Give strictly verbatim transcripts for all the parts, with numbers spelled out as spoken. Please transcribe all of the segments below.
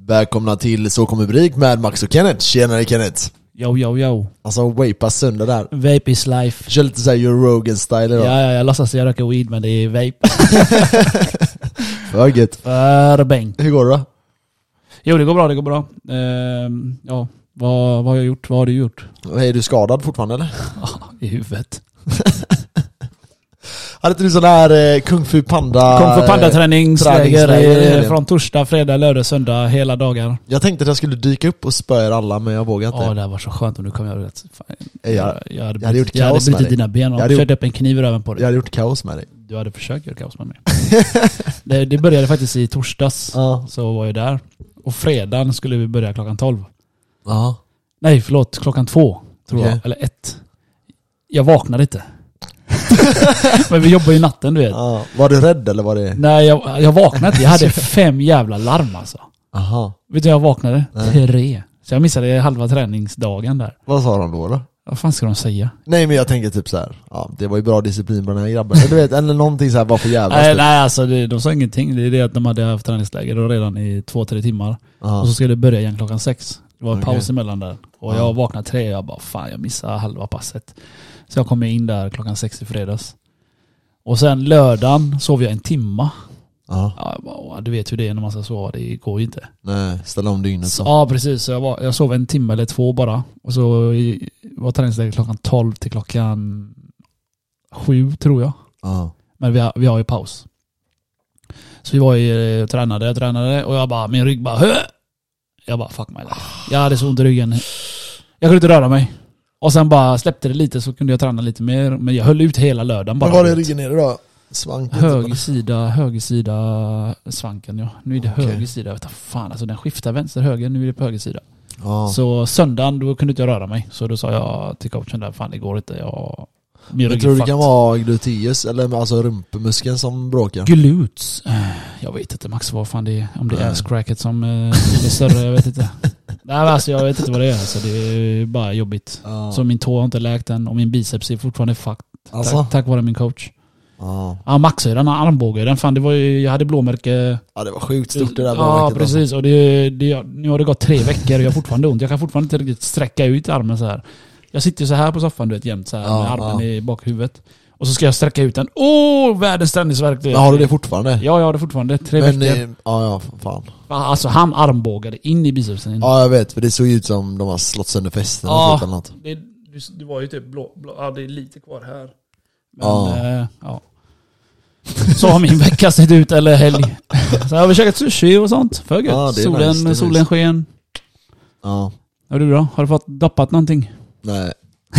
Välkomna till Så kommer Brik med Max och Kenneth. Tjenare Kenneth. Yo, yo, yo. Alltså vapa sönder där. Vape is life. Kör lite såhär Joe Rogan-style idag. Ja, ja, jag låtsas jag röker weed, men det är vape. För gött. För bäng. Hur går det då? Jo, det går bra, det går bra. Ehm, ja, vad, vad har jag gjort? Vad har du gjort? Är du skadad fortfarande eller? Ja, i huvudet. Hade inte du sån här eh, Kung Fu Panda... Kom för pandaträningsläger träningsläger. från torsdag, fredag, lördag, söndag, hela dagar. Jag tänkte att jag skulle dyka upp och spöa er alla, men jag vågar inte. Ja, det här var så skönt om du kom göra det. Fan, Jag- jag, jag hade, jag hade gjort jag hade kaos med brutit dig. dina ben och Jag hade kört upp en kniv i röven på dig. Jag hade gjort kaos med dig. Du hade försökt göra kaos med mig. det, det började faktiskt i torsdags. Ja. Så var jag där. Och fredagen skulle vi börja klockan tolv. Ja. Nej, förlåt. Klockan två, tror Okej. jag. Eller ett. Jag vaknade inte. Men vi jobbar ju natten, du vet. Ja. Var du rädd eller var det... Nej, jag, jag vaknade inte. Jag hade fem jävla larm alltså. Aha. Vet du hur jag vaknade? Nej. Tre. Så jag missade halva träningsdagen där. Vad sa de då då? Vad fan ska de säga? Nej men jag tänker typ så här. Ja, det var ju bra disciplin på den här grabben. Du vet, eller någonting så här, vad för jävla Nej, stöd. nej alltså det, de sa ingenting. Det är det att de hade haft träningsläger och redan i två, tre timmar. Ja. Och så skulle det börja igen klockan sex. Det var en Okej. paus emellan där. Och Ja. jag vaknade tre och jag bara, fan jag missade halva passet. Så jag kom in där klockan sex i fredags. Och sen lördagen sov jag en timma. Ja. Ja, jag bara, du vet hur det är när man ska sova, det går ju inte. Nej, ställa om dygnet Så, så. ja, precis. Så jag, var, jag sov en timme eller två bara. Och så i, var träningsläget klockan tolv till klockan sju, tror jag. Ja. Men vi har, vi har ju paus. Så vi var ju tränade, jag tränade och jag bara, min rygg bara Hö! Jag bara, fuck my life. Jag hade så ont i ryggen. Jag kunde inte röra mig. Och sen bara släppte det lite så kunde jag träna lite mer. Men jag höll ut hela lördagen bara. Men var är ryggen nere då? Svanken? Höger sida, höger sida svanken, ja. Nu är det Okej. höger sida. Jag vet inte, fan, alltså den skiftar vänster, höger. Nu är det på höger sida. Ja. Så söndagen, då kunde inte jag röra mig. Så då sa jag till coachen där, fan det går inte. Jag... Min Jag rygg tror är det kan fucked. vara gluteus eller alltså rumpmuskeln som bråkar. Glutes. Eh, Jag vet inte Max vad fan det är. Om det är Nej. ass-cracket som eh, är större, jag vet inte. Nej, men alltså, jag vet inte vad det är. Så det är bara jobbigt. Ja. Så min tå har inte läkt än och min biceps är fortfarande fucked. Alltså? Tack, tack vare min coach. Ja. Ja, Max är den här armbågen. Den fan, det var ju, jag hade blåmärke. Ja, det var sjukt stort det där Ja, blåmärket, precis. alltså. Och det, det, nu har det gått tre veckor och jag har fortfarande ont. Jag kan fortfarande inte riktigt sträcka ut armen så här. Jag sitter ju så här på soffan, du vet, jämt så här Ja, med armen ja. i bakhuvudet. Och så ska jag sträcka ut den. Åh, världens träningsvärk. Men har du det fortfarande? Ja, jag har det fortfarande. Tre Men, veckor. eh, ja, ja, fan. Alltså han armbågade in i bicepsen. Ja, jag vet, för det såg ut som de har slått sönder fästen Ja. eller något. Det, det, det var ju typ blå, blå, ja det är lite kvar här. Men Ja. ja. Eh, ja. Så har min vecka sett ut, eller helg. Så jag har vi käkat sushi och sånt. För gött. Ja, det är solen, nice, det är solen nice. sken. Ja, Ja, du då? Har du fått doppat någonting? nej.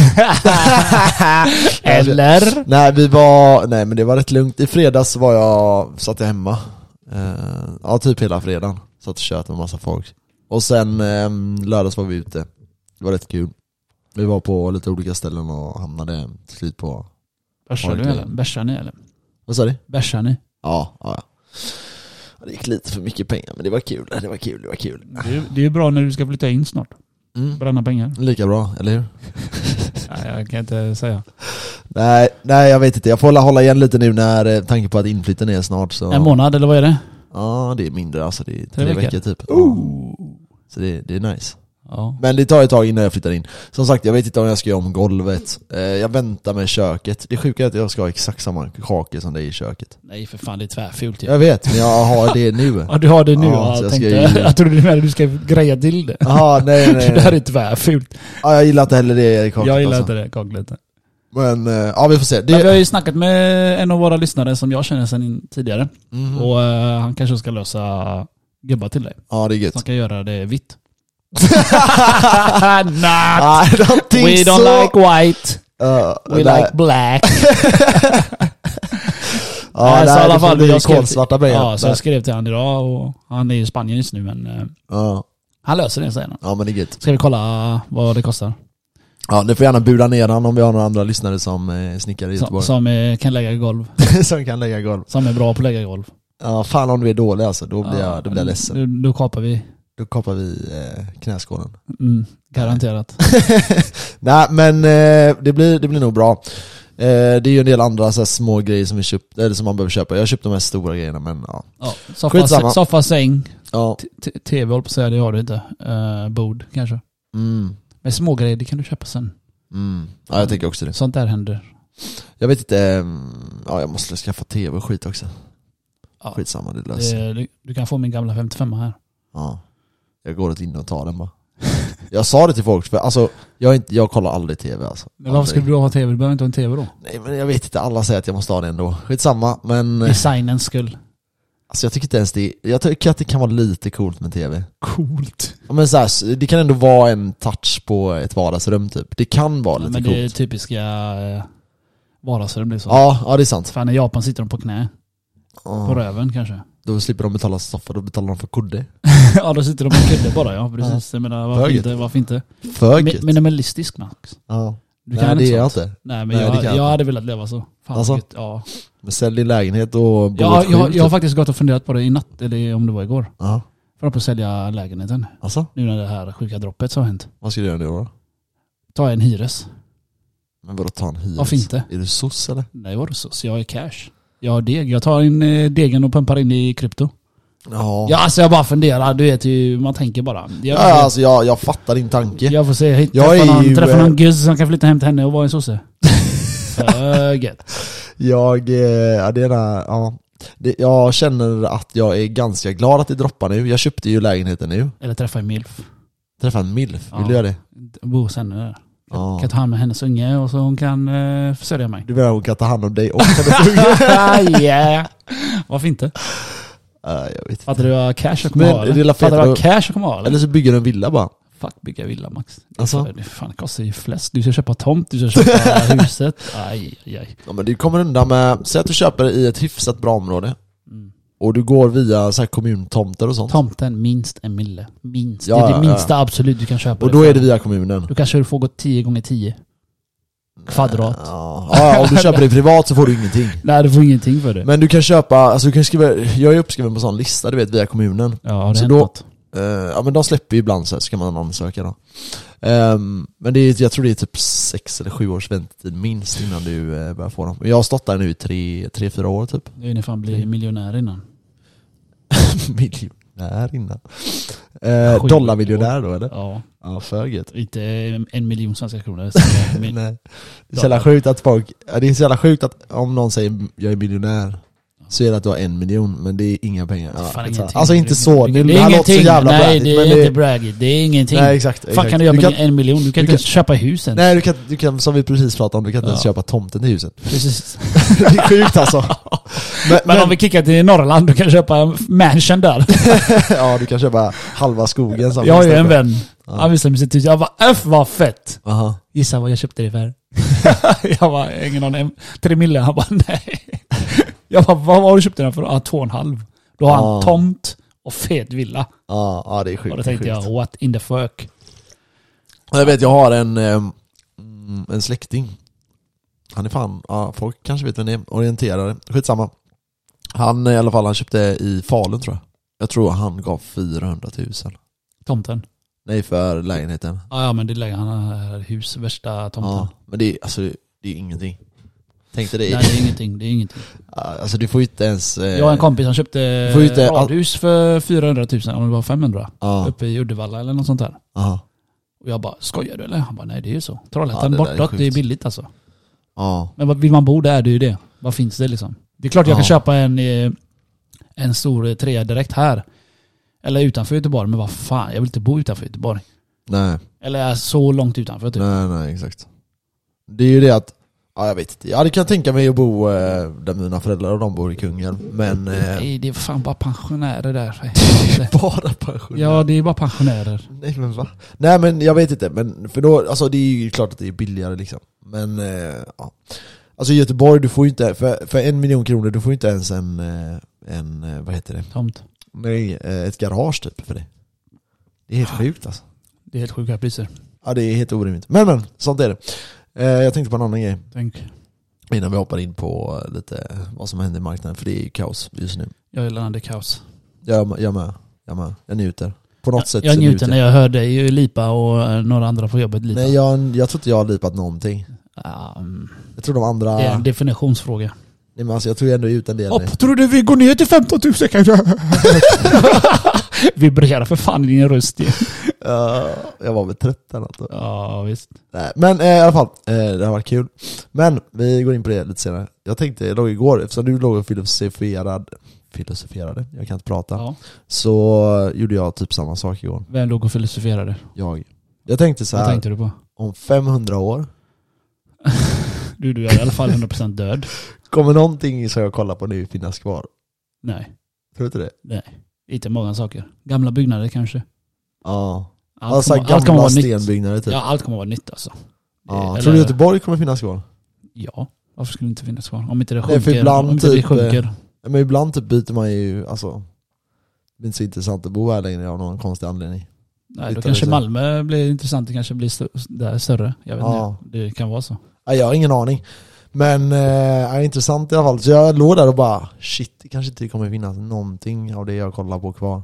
Eller? Nej, vi var, nej men det var rätt lugnt. I fredags var jag, satt jag hemma. Eh, ja, typ hela fredagen. Satt och kört med massa folk. Och sen eh, lördags var vi ute. Det var rätt kul. Vi var på lite olika ställen och hamnade till slut på... Bärsar du eller? Bärsar ni eller? Vad sa du? Bärsar ni? Ja, ja, ja. Det gick lite för mycket pengar, men det var kul. Det var kul, det var kul. Det är, det är bra när du ska flytta in snart. Mm. Bränna pengar. Lika bra, eller hur? Nej, jag kan inte säga. Nej, nej, jag vet inte. Jag får hålla, hålla igen lite nu när eh, tanke på att inflytten är snart. Så. En månad, eller vad är det? Ja, det är mindre. Alltså det är tre, Tre veckor, veckor typ. Oh. Så det, det är nice. Ja. Men det tar ett tag innan jag flyttar in. Som sagt, jag vet inte om jag ska göra om golvet. Eh, jag väntar med köket. Det sjuka är att jag ska ha exakt samma kake som det är i köket. Nej, för fan, det är tvärfult. Jag vet, men jag har det nu. Ja, du har det nu. Ja, Ja, så jag, jag ska tänkte, ju- jag trodde du menade att du ska greja till det. Jaha, nej, nej, Det här är nej. tvärfult. Ja, jag gillar inte heller det i kaklet. Jag gillar alltså. inte det, kaklet. Men, eh, ja vi får se. Men vi har Det... ju snackat med en av våra lyssnare som jag känner sedan tidigare. Mhm. Och eh, han kanske ska lösa gubbar till dig. Ja, det är gött. Han ska göra det vitt. Not! I don't think We don't so. like white. Uh, We nej. like black. Ja, Nej, så i nej, alla det får fall, bli jag skrev- kolsvarta ben. Ja, så Nej. jag skrev till han idag och han är i Spanien just nu, men eh, Ja. han löser det, säger han. Ja, men det är gött. Ska vi kolla vad det kostar? Ja, ni får gärna buda ner han om vi har några andra lyssnare som eh, snickar i Som, Göteborg. som eh, kan lägga golv. som kan lägga golv. Som är bra på att lägga golv. Ja, fan om du är dålig alltså, då blir jag, då blir jag ledsen. Då, då kapar vi. Då kapar vi eh, knäskålen. Mm, garanterat. Nej, men eh, det, blir, det blir nog bra. det är ju en del andra så här, små grejer som vi köpt, eller som man behöver köpa. Jag har köpt de här stora grejerna, men ja. Ja, soffa, Skitsamma. soffa, säng, Ja. t- tv håller på att säga, det har du inte. Uh, bord kanske. Mm. Men små grejer, det kan du köpa sen. Mm. Ja, jag tänker också det. Sånt där händer. Jag vet inte, ja, jag måste skaffa tv och skit också. Ja. Skitsamma, det löser. Det, du, du kan få min gamla femtiofem här. Ja. Jag går åt in och tar den bara. Jag sa det till folk, för alltså, jag, är inte, jag kollar aldrig tv alltså. Men varför skulle du ha tv? Du behöver inte ha en tv då. Nej, men jag vet inte, alla säger att jag måste ha det ändå. Skitsamma, men Designens skull. alltså jag tycker inte ens det. Jag tycker att det kan vara lite coolt med tv. Coolt. Ja, men så här, det kan ändå vara en touch på ett vardagsrum typ. Det kan vara Ja, lite men coolt. det är typiska eh, vardagsrum det är så. Ja, ja, det är sant. Fan, i Japan sitter de på knä. Ja. På röven kanske. Då slipper de betala soffa, då betalar de för kudde. Ja, då sitter de på kudde bara, ja. Precis. Jag menar, varför För inte? Varför inte? För Mi- gött. minimalistisk, Max. Ja. Du Nej, kan det inte är jag sånt. inte. Nej, men Nej, det jag, kan jag jag inte. hade velat leva så. Fan, Alltså? gött. Ja. Men sälj din lägenhet och bo Ja, ett jag, skjul, jag har typ. faktiskt gått och funderat på det i natt, eller om det var igår. Ja. För att sälja lägenheten. Alltså, Nu när det här sjuka droppet så har hänt. vad ska du göra nu då? Ta en hyres. Men vadå, ta en hyres? Varför inte? Är du soss eller? Nej, var det så? Så jag är cash. Jag har deg. Jag tar in eh, degen och pumpar in i krypto. Ja. Ja, alltså jag bara funderar. Du vet ju, man tänker bara. Jag, Ja, alltså jag, jag fattar din tanke. jag får se, hit, Jag träffa, är någon, ju, träffa eh, någon guzz som kan flytta hem till henne och vara en sosse. För gött. Jag, eh, ja, det är där, ja. Det, jag känner att jag är ganska glad att det droppar nu. Jag köpte ju lägenheten nu. Eller träffa en milf. Träffa en milf, vill Ja. du göra det? Bo hos henne där. Ja. Kan ta hand med hennes unge och så hon kan eh, försörja mig. Du menar hon kan ta hand om dig och hennes unge? Yeah. Varför inte? Ja, jag vet inte. Fattar du vad cash jag kommer Men ha? det är Eller? la Fattar du feta vad då- cash jag kommer ha? Eller? Eller så bygger du en villa bara. Fuck, bygga villa, Max. Det, Alltså? alltså? det fan kostar ju flest. Du ska köpa tomt, du ska köpa huset. Aj, aj, aj. Ja, men du kommer undan med, säg att du köper i ett hyfsat bra område. Mm. Och du går via så här kommuntomter och sånt. Tomten minst en mille. Minst. Ja, det är det ja, minsta absolut du kan köpa. Och då är det via kommunen. Då kanske du får gå tio gånger tio kvadrat. Ja, ja, om du köper det privat så får du ingenting. Nej, du får ingenting för det. Men du kan köpa, alltså du kan skriva, jag är uppskriven på sån lista, du vet, via kommunen. Ja, har det Så hänt då- något? Eh, ja men de släpper ju ibland så här, så kan man ansöka då. Ehm, men det är, jag tror det är typ sex eller sju års väntetid minst innan du uh, börjar få dem. Jag har stått där nu i tre, tre fyra år typ. Det är ju när fan blir miljonär innan. Miljonär innan. Uh, Sju dollarmiljonär då eller? Ja, Ja, för gött. inte en miljon svenska kronor. Men, Nej. Det är så jävla sjukt att folk, ja, det är så jävla sjukt att om någon säger jag är miljonär så är det att du har en miljon, men det är inga pengar. Ja, fan, exakt. ingenting. alltså inte så, det, det, det det är här låter så ingenting. jävla Nej, bragigt, det är men inte braggigt. Det är ingenting. Nej exakt, Fan exakt. kan du göra du med kan, en miljon? Du kan du inte kan- ens köpa husen. Nej du kan, du kan, som vi precis pratade om, du kan inte ens Ja. köpa tomten till huset. Precis. Det är sjukt alltså. Men, Men om vi kickar till Norrland, du kan köpa en mansion där. ja, du kan köpa halva skogen. Som Jag har ju en istället. vän. Han visade mig sitt hus. Jag bara, F vad fett. Aha. Gissa vad jag köpte det för. Jag bara, ingen aning. Tre mille. Han bara, nej. Jag bara, vad har du köpt den för? Ah, två och en halv. Då har han Ah. tomt och fet villa. Ja, ja, det är sjukt. Och då det är tänkte sjukt. jag, what in the fuck. Jag vet, jag har en ehm, en släkting. Han är fan, ja, folk kanske vet vem det är, orienterare. Skitsamma. Han i alla fall, han köpte i Falun tror jag. Jag tror han gav fyrahundratusen. Tomten. Nej, för lägenheten. Ah, ja, men det lägger han har hus, värsta tomten. Ja, men det är, alltså, det är ingenting. Tänkte det. Nej, det är ingenting. Det är ingenting. Alltså du får ju inte ens... Eh, Jag har en kompis som köpte får ju inte- radhus för fyrahundratusen, om det var femhundra. Ja, Uppe i Uddevalla eller något sånt där. aha. Och jag bara, skojar du eller? Han bara, nej det är ju så. Ja, Trollhättan det där är bortåt, det är sjukt. billigt alltså. Ja. Men vad vill man bo där, det är ju det. Vad finns det liksom? Det är klart jag Ja. kan köpa en, eh, en stor eh, trea direkt här. Eller utanför Göteborg, men vad fan, jag vill inte bo utanför Göteborg. Nej, Eller så långt utanför typ. nej, nej, exakt. Det är ju det att, ja jag vet inte, ja det kan jag tänka mig att bo eh, där mina föräldrar och de bor i Kungälv. Men... Eh, Nej, det är fan bara pensionärer där. bara pensionärer. Ja, det är bara pensionärer. Nej men va? Nej men jag vet inte, men för då, alltså det är ju klart att det är billigare liksom. Men eh, ja. Alltså i Göteborg, du får ju inte, för, för en miljon kronor, du får ju inte ens en, eh, en, eh, vad heter det? Tomt. Nej, eh, ett garage typ för det. Det är helt sjukt alltså. Det är helt sjuka priser. Ja det är helt orimligt. Men men, sånt är det. Eh, jag tänkte på en annan grej Tänk. innan vi hoppar in på lite vad som händer i marknaden, för det är ju kaos just nu. Jag gillar när det är kaos. Jag, jag med, jag med. Jag njuter. På något Jag, sätt jag så njuter när jag hör dig lipa och eh, några andra på jobbet lipa. Nej jag, jag tror inte jag har lipat någonting. Um, Jag tror de andra... det är en definitionsfråga. Nej, men alltså, jag tror ändå ut en del. Hopp, tror du vi går ner till femton tusen kanske? Vibrerar för fan i din röst. uh, jag var väl trött eller något. Ja, visst. Nej, men eh, i alla fall, eh, det har varit kul. Men vi går in på det lite senare. Jag tänkte, jag låg igår, eftersom du låg och filosoferade, filosoferade, jag kan inte prata, Ja. så gjorde jag typ samma sak igår. Vem låg och filosoferade? Jag. Jag tänkte så här. Vad tänkte du på? Om femhundra år Du, du är i alla fall hundra procent död. kommer någonting som jag kollar på nu finnas kvar? Nej. Tror du inte det? Nej. Inte många saker. Gamla byggnader kanske. Ja. Allt Alltså kommer, allt kommer gamla vara nytt. stenbyggnader typ. Ja, allt kommer vara nytt alltså. Ja. Eller- Tror du Göteborg kommer finnas kvar? Ja. Varför skulle det inte finnas kvar? Om inte det Nej, för sjunker. ibland om inte det typ, sjunker. Men ibland typ byter man ju, alltså, det är inte så intressant att bo här längre av någon konstig anledning. Nej, då byter kanske det så. Malmö blir intressant. Det kanske blir stö- där större. Jag vet Ja. inte. Det kan vara så. Ja, jag har ingen aning. Men eh, är intressant i alla fall. Så jag låg där och bara, shit, det kanske inte kommer finnas någonting av det jag kollar på kvar.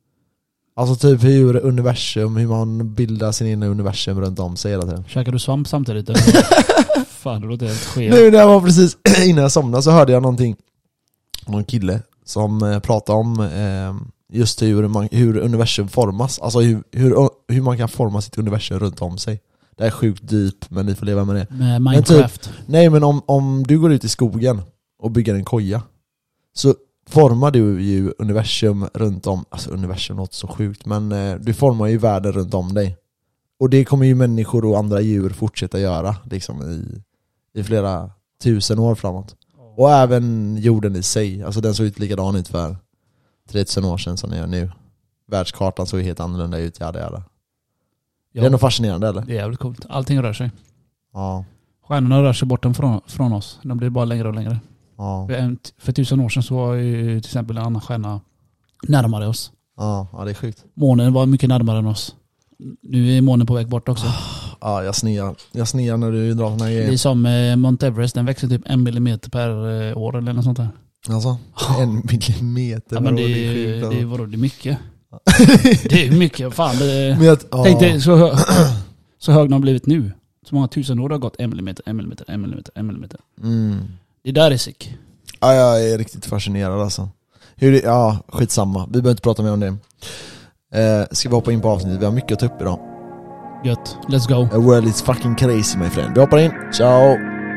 Alltså typ hur universum, hur man bildar sin egna universum runt om sig hela tiden. Käkar du svamp samtidigt? Eller? Fan, det låter helt skev. Nu när jag var precis innan jag somnade så hörde jag någonting, någon kille som eh, pratade om eh, just hur, man, hur universum formas. Alltså hur, hur, hur man kan forma sitt universum runt om sig. Det är sjukt deep, men ni får leva med det. Med Minecraft. Men typ, nej, men om, om du går ut i skogen och bygger en koja, så formar du ju universum runt om. Alltså universum låter så sjukt, men eh, du formar ju världen runt om dig. Och det kommer ju människor och andra djur fortsätta göra liksom i, i flera tusen år framåt. Och även jorden i sig. Alltså den såg ut likadan ut för tretusen år sedan som den gör nu. Världskartan såg helt annorlunda ut. Ja, det är det. Ja, Det är nog fascinerande, eller? det är jävligt coolt. Allting rör sig. Ja. Stjärnorna rör sig bortom från, från oss. De blir bara längre och längre. Ja. För, en, för tusen år sedan så var ju till exempel en annan stjärna närmare oss. Ja, ja, det är sjukt. Månen var mycket närmare än oss. Nu är månen på väg bort också. Ja, jag snear. Jag snear när du drar såna här Det är grejer. som eh, Mount Everest. Den växer typ en millimeter per eh, år eller något sånt där. Alltså, en millimeter. Ja, men det, bro, är, sjukt, det, alltså. är, vadå, det är mycket. Det är mycket. Fan, det, Men att, ja. tänk dig så, hö, så hög de har blivit nu. Så många tusen år har gått en millimeter, en millimeter, en millimeter, en millimeter. Mm. Det där är sick. Ja, jag är riktigt fascinerad alltså. Hur det, ja, skitsamma. Vi behöver inte prata mer om det. Eh, ska vi hoppa in på avsnittet? Vi har mycket att ta upp idag. Gött. Let's go. The world is fucking crazy, my friend. Vi hoppar in. Ciao!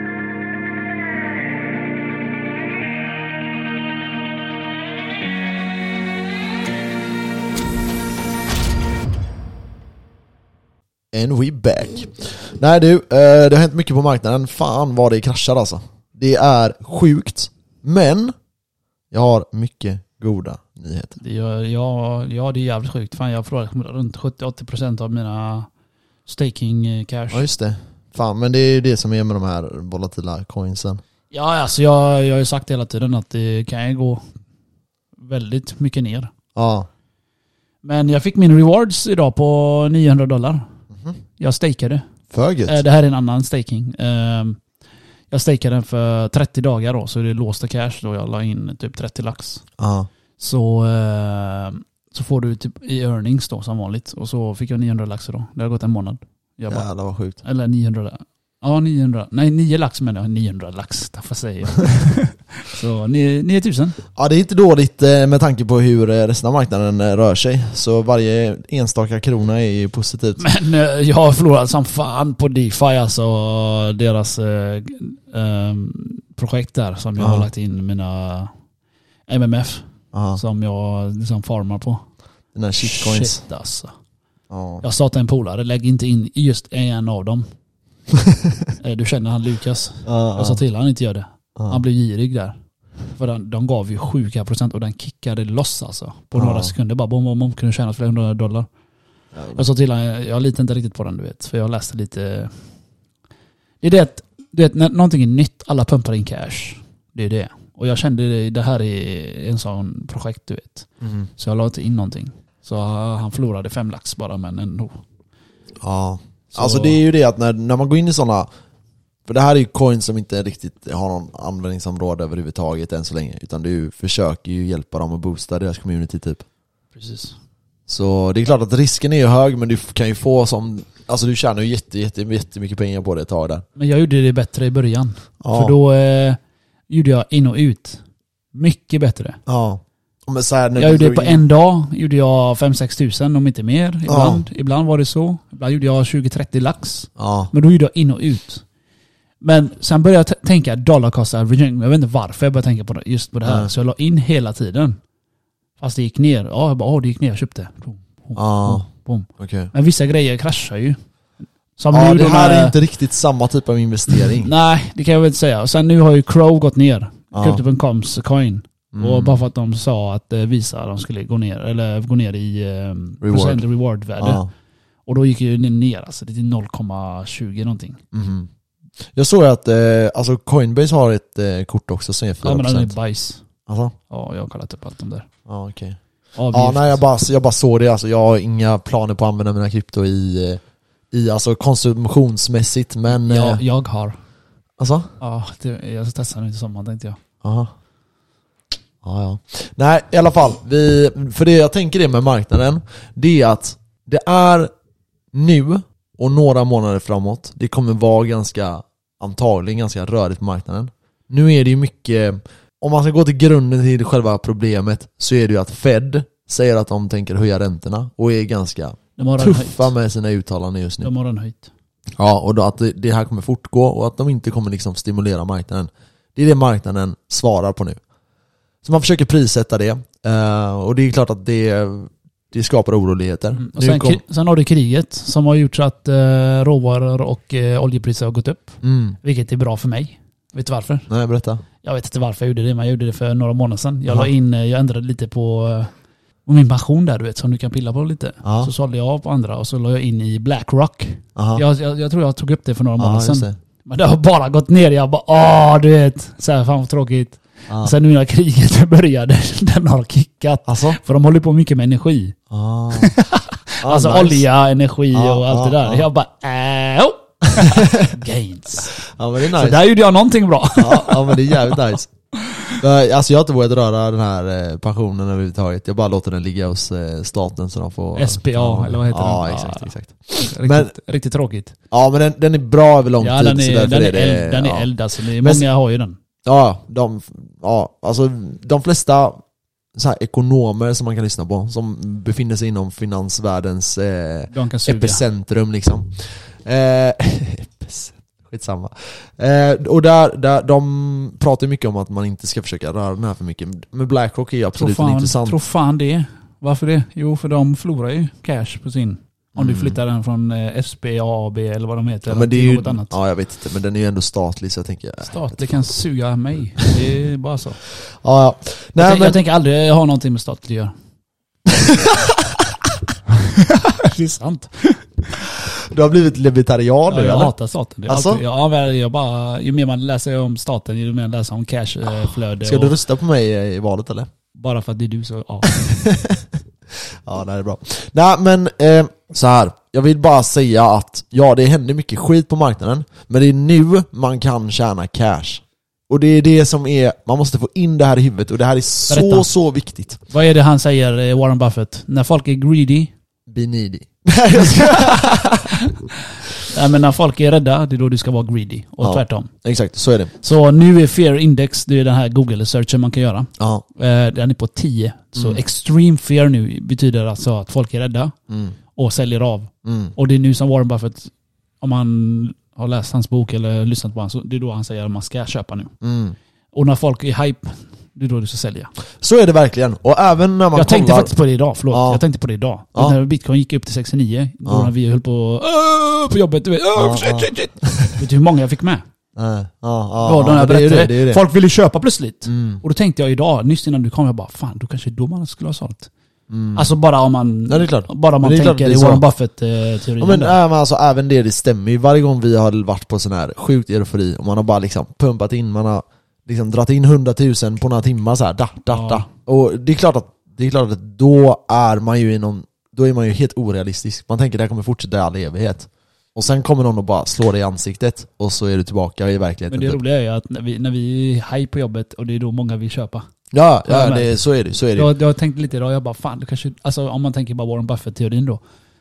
And we back. Nej du, eh, det har hänt mycket på marknaden. Fan vad det kraschar alltså. Det är sjukt. Men jag har mycket goda nyheter. Det gör, ja, ja, det är jävligt sjukt. Fan, jag har förlorat runt sjuttio till åttio procent av mina staking eh, cash. Ja, just det. Fan, men det är ju det som är med de här volatila coinsen. Ja, alltså jag, jag har ju sagt hela tiden att det kan ju gå väldigt mycket ner. Ja. Men jag fick min rewards idag på niohundra dollar. Mhm. Jag stakade. För gött. Eh, Det här är en annan staking. Eh, Jag stakade den för trettio dagar då, så det är låsta cash då. Jag la in typ trettio lax. Ja. Så, eh, så får du typ i earnings då som vanligt. Och så fick jag niohundra lax då. Det har gått en månad. Jag bara, Jävlar vad sjukt. eller niohundra. Ja, niohundra. Nej, nio lax menar jag. niohundra lax. Vad säger jag? Så nio tusen. Ja, det är inte dåligt eh, med tanke på hur eh, resten av marknaden eh, rör sig. Så varje enstaka krona är ju positivt. Men eh, jag har förlorat som fan på DeFi, alltså deras eh, eh, projekt där som jag Ja. har lagt in mina M M F Ja, som jag liksom farmar på. den här shitcoins. Shit alltså. Ja. Jag sa till en polare, lägg inte in just en av dem. Eh, du känner han Lukas. Ja, Jag sa till han inte gör det. ja. Han blev girig där. För de, de gav ju sjuka procent och den kickade loss alltså. På Ja. några sekunder bara bom, bom, bom, kunde tjäna flera hundra dollar. Jag sa till han, jag litar inte riktigt på den du vet. För jag läste lite. Det är det att, du vet, när någonting är nytt, alla pumpar in cash. Det är det. Och jag kände det, det här är en sån projekt du vet. Mm. Så jag la inte in någonting. Så han förlorade fem lax bara, men ändå. Ja. Så, Alltså det är ju det att när, när man går in i sådana, för det här är ju coins som inte riktigt har någon användningsområde överhuvudtaget än så länge, utan du försöker ju hjälpa dem att boosta deras community typ. Precis. Så det är klart att risken är ju hög, men du kan ju få som, Alltså du tjänar ju jätte, jätte, jättemycket pengar på det ett tag där. Men jag gjorde det bättre i början. Ja. För då eh, gjorde jag in och ut. Mycket bättre. Ja. Men så här, när jag du gjorde det på en dag. Gjorde jag fem sex tusen om inte mer. Ibland, Ja. ibland var det så. Ibland gjorde jag tjugo trettio lax. Ja. Men då gjorde jag in och ut. Men sen började jag t- tänka dollar cost averaging. Jag vet inte varför jag började tänka på det, just på det här. Nej. Så jag la in hela tiden. Fast det gick ner. Ja, jag bara, åh, det gick ner. Jag köpte. Boom, boom, Ja. boom, boom. Okej. Men vissa grejer kraschar ju. Som Ja, nu det då här när- är inte riktigt samma typ av investering. Nej, det kan jag väl inte säga. Och sen nu har ju Crow gått ner. Ja. Crypto punkt coms coin. Mm. Och bara för att de sa att eh, Visa de skulle gå ner, eller gå ner i eh, Reward. procent reward-värde. Ja. Och då gick ju den ner, alltså det är noll komma tjugo någonting. Mhm. Jag såg att eh, alltså Coinbase har ett eh, kort också som är fyra Ja, men den är procent. bajs. Alltså? Ja, jag har kollat upp allt om det. Ja, okej. Avgift. Ja, nej, jag bara, jag bara såg det. Alltså, jag har inga planer på att använda mina krypto i, i alltså konsumtionsmässigt, men... Ja, eh, jag har. Alltså? Ja, det, jag ska testa nu i sommar tänkte jag. Aha. Ja, ja. Nej, i alla fall. Vi, för det jag tänker det med marknaden, det är att det är nu och några månader framåt, det kommer vara ganska, antagligen ganska rörigt på marknaden. Nu är det ju mycket, om man ska gå till grunden till själva problemet, så är det ju att Fed säger att de tänker höja räntorna och är ganska De har den tuffa höjt. med sina uttalanden just nu. De har den höjt. Ja, och då att det, det här kommer fortgå och att de inte kommer liksom stimulera marknaden. Det är det marknaden svarar på nu. Så man försöker prissätta det. Uh, och det är klart att det, det skapar oroligheter. Mm. Och Nu sen, kom, kri- sen har det kriget som har gjort så att uh, råvaror och uh, oljepriser har gått upp. mm, Vilket är bra för mig. Vet du varför? nej, berätta. Jag vet inte varför jag gjorde det, men jag gjorde det för några månader sedan. Jag Aha. la in, jag ändrade lite på, på min pension där, du vet, som du kan pilla på lite. Ja. Så sålde jag av på andra och så la jag in i BlackRock. Aha. Jag, jag, jag tror jag tog upp det för några Ja, månader just sedan. det. Men det har bara gått ner. Jag bara, åh, du vet. Så här, fan vad tråkigt. Ja. Sen nu när kriget började, den har kickat. Alltså? För de håller på mycket med energi. Ah. Ah, alltså nice. olja, energi Ja, och allt ja, det där. ja. Jag bara, äh, oh. Gains. Ja, men det är Så nice. där gjorde jag någonting bra. Ja, ja, men det är jävligt nice. Eh, Alltså jag har inte vågat röra den här eh, pensionen överhuvudtaget. Jag bara låter den ligga hos eh, staten så de får... S P A, ja, eller vad heter ja, den? exakt, Ja. exakt. Riktigt, Men- riktigt tråkigt. Ja, men den, den är bra över lång Ja, tid. den så är, därför den är, det, eld, den är ja. eld alltså. Det är Men- många har ju den. Ja, de, ja, alltså de flesta så här ekonomer som man kan lyssna på, som befinner sig inom finansvärldens eh, De kan suga. epicentrum liksom. Eh, skitsamma. Eh, och där, där, de pratar mycket om att man inte ska försöka röra den här för mycket. Men BlackRock är ju Tror absolut fan, intressant. tror fan det. Varför det? Jo, för de förlorar ju cash på sin. Om Mm. du flyttar den från eh, S B A B eller vad de heter. Ja, men det är till ju, något annat. ja, jag vet inte, men den är ju ändå statlig så jag tänker... äh, Stat, det kan suga mig. Det är bara så. Ja, ja. Jag, Nej, tänk, men, jag tänker aldrig ha någonting med statligt att göra. Det är sant. du har blivit libertarian nu, Ja, jag eller? hatar staten. Det är Alltså? alltid, ja, men jag bara, ju mer man läser om staten, ju mer man läser om cashflöde. Ska du rösta på mig i valet eller? Bara för att det är du så, ja. Ja, det är bra. Nej, men eh, så här. Jag vill bara säga att ja, det händer mycket skit på marknaden, men det är nu man kan tjäna cash. Och det är det som är, man måste få in det här i huvudet, och det här är så, Berätta. så viktigt. Vad är det han säger, eh, Warren Buffett? När folk är greedy, Be needy. nej, men när folk är rädda, det är då du ska vara greedy. Och Ja. tvärtom. Exakt, så är det. Så nu är fear index, det är den här Google-searchen man kan göra. Ja. Eh, Den är på tio. Så Mm. extreme fear nu betyder alltså att folk är rädda Mm. och säljer av. Mm. Och det är nu som Warren Buffett, om man har läst hans bok eller lyssnat på hans, så det är då han säger att man ska köpa nu. Mm. Och när folk är hype, det är då du ska sälja. Så är det verkligen. Och även när man Jag tänkte kollar... faktiskt på det idag, förlåt. Ja. Jag tänkte på det idag. Ja. När bitcoin gick upp till sextionio, då Ja. när vi höll på "Åh!" på jobbet, du vet. "Åh, Ja, shit, ja. shit, shit." Vet du hur många jag fick med? Nej. Ja, ja, Ja, ja, de jag men det är ju berättade. det, det är ju det. Folk ville köpa plötsligt. Mm. Och då tänkte jag idag, nyss innan du kom, jag bara fan, då kanske då man skulle ha sålt. Mm. Alltså bara om man, Ja, det är klart. bara om man Men det är klart tänker det är i så. Warren Buffett-teorin. Ja, men, äh, men alltså även det, det stämmer ju. Varje gång vi har varit på sån här sjukt eufori och man har bara liksom pumpat in, man har liksom dratt in hundratusen på några timmar så här, da, da, Ja. da. Och det är klart att det är klart att då är man ju i någon, då är man ju helt orealistisk. Man tänker att det här kommer fortsätta i all evighet. Och sen kommer någon och bara slår dig i ansiktet och så är du tillbaka i verkligheten. Men det typ. roliga är ju att när vi, när vi är high på jobbet och det är då många vill köpa. Ja, ja Ja, men- det, så är det, så är det. Jag, jag tänkte lite idag, jag bara fan, det kanske, alltså om man tänker bara Warren Buffett-teorin då.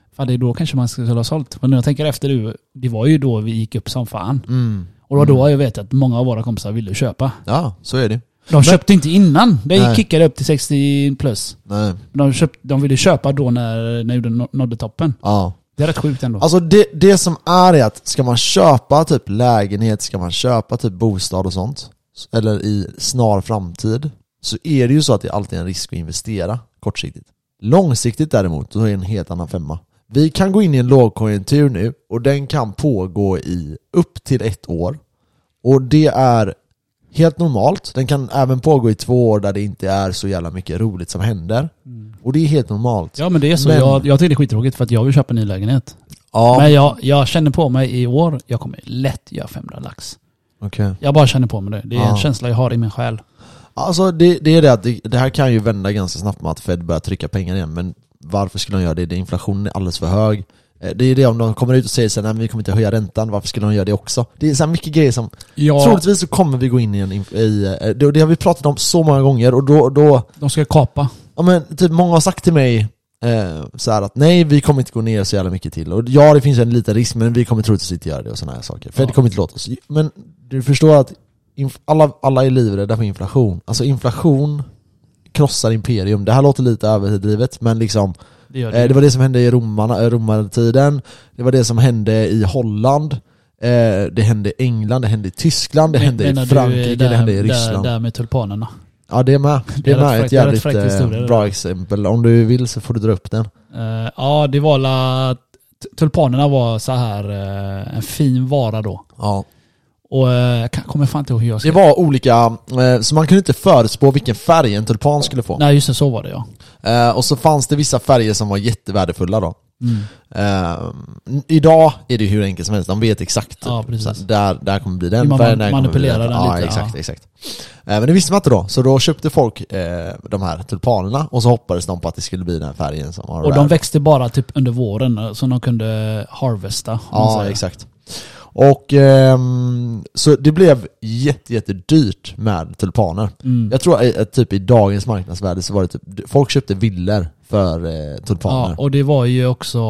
Fan, det är då kanske man skulle ha sålt. Men när jag tänker efter nu, det var ju då vi gick upp som fan. Mm. Och då, då jag vet att många av våra kompisar ville köpa. Ja, så är det. De men, köpte inte innan. Det nej. kickade upp till sextio plus. Nej. De, köpt, de ville köpa då när, när de nådde toppen. Ja. Det är rätt sjukt ändå. Alltså det, det som är är att ska man köpa typ lägenhet, ska man köpa typ bostad och sånt, eller i snar framtid, så är det ju så att det alltid är en risk att investera kortsiktigt. Långsiktigt däremot, så är det en helt annan femma. Vi kan gå in i en lågkonjunktur nu och den kan pågå i upp till ett år. Och det är helt normalt. Den kan även pågå i två år där det inte är så jävla mycket roligt som händer. Mm. Och det är helt normalt. Ja, men det är så. Men jag, jag tycker det är skittråkigt för att jag vill köpa en ny lägenhet. Ja. Men jag, jag känner på mig i år, jag kommer lätt göra femhundra lax. Okay. Jag bara känner på mig det. Det är ja. en känsla jag har i min själ. Alltså det, det är det att det, det här kan ju vända ganska snabbt med att Fed börjar trycka pengar igen. Men varför skulle de göra det? det inflationen är alldeles för hög. Det är det om de kommer ut och säger så här, nej, vi kommer inte höja räntan. Varför skulle de göra det också? Det är så här mycket grejer som ja. Troligtvis så kommer vi gå in i en i, det, det har vi pratat om så många gånger och då, då de ska kapa. Ja, men typ många har sagt till mig eh, så här att nej, vi kommer inte gå ner så jävla mycket till. Och ja, det finns en liten risk, men vi kommer troligtvis inte göra det och såna här saker. För ja. Det kommer inte låta oss. Men du förstår att inf- alla, alla är livrädda för inflation. Alltså inflation krossar imperium. Det här låter lite överdrivet, men liksom det, det. Eh, det var det som hände i romarna, romartiden. Det var det som hände i Holland. Eh, det hände i England, det hände i Tyskland, det men, hände i Frankrike, där, det hände i Ryssland. Där, där med tulpanerna. Ja, det är med. Det, det är med ett jävligt historia, bra exempel. Om du vill så får du dra upp den. Uh, ja, det var la, tulpanerna var så här uh, en fin vara då. Ja. Och uh, jag kommer fan inte ihåg hur jag ska. Det var olika, uh, så man kunde inte förutspå vilken färg en tulpan skulle få. Nej, just det, så var det, ja. Uh, och så fanns det vissa färger som var jättevärdefulla då. Mm. Uh, idag är det hur enkelt som helst. De vet exakt. Ja, så där, där kommer bli den man färgen. Man manipulerar den, den ja, lite. Exakt, ja, exakt. Uh, men det visste man inte då. Så då köpte folk uh, de här tulpanerna och så hoppades de på att det skulle bli den här färgen som var. Och de växte bara typ under våren så de kunde harvesta. Ja, exakt. Och um, så det blev jätte, jätte dyrt med tulpaner. Mm. Jag tror att typ i dagens marknadsvärde så var det typ, folk köpte villor för eh, tulpaner. Ja, och det var ju också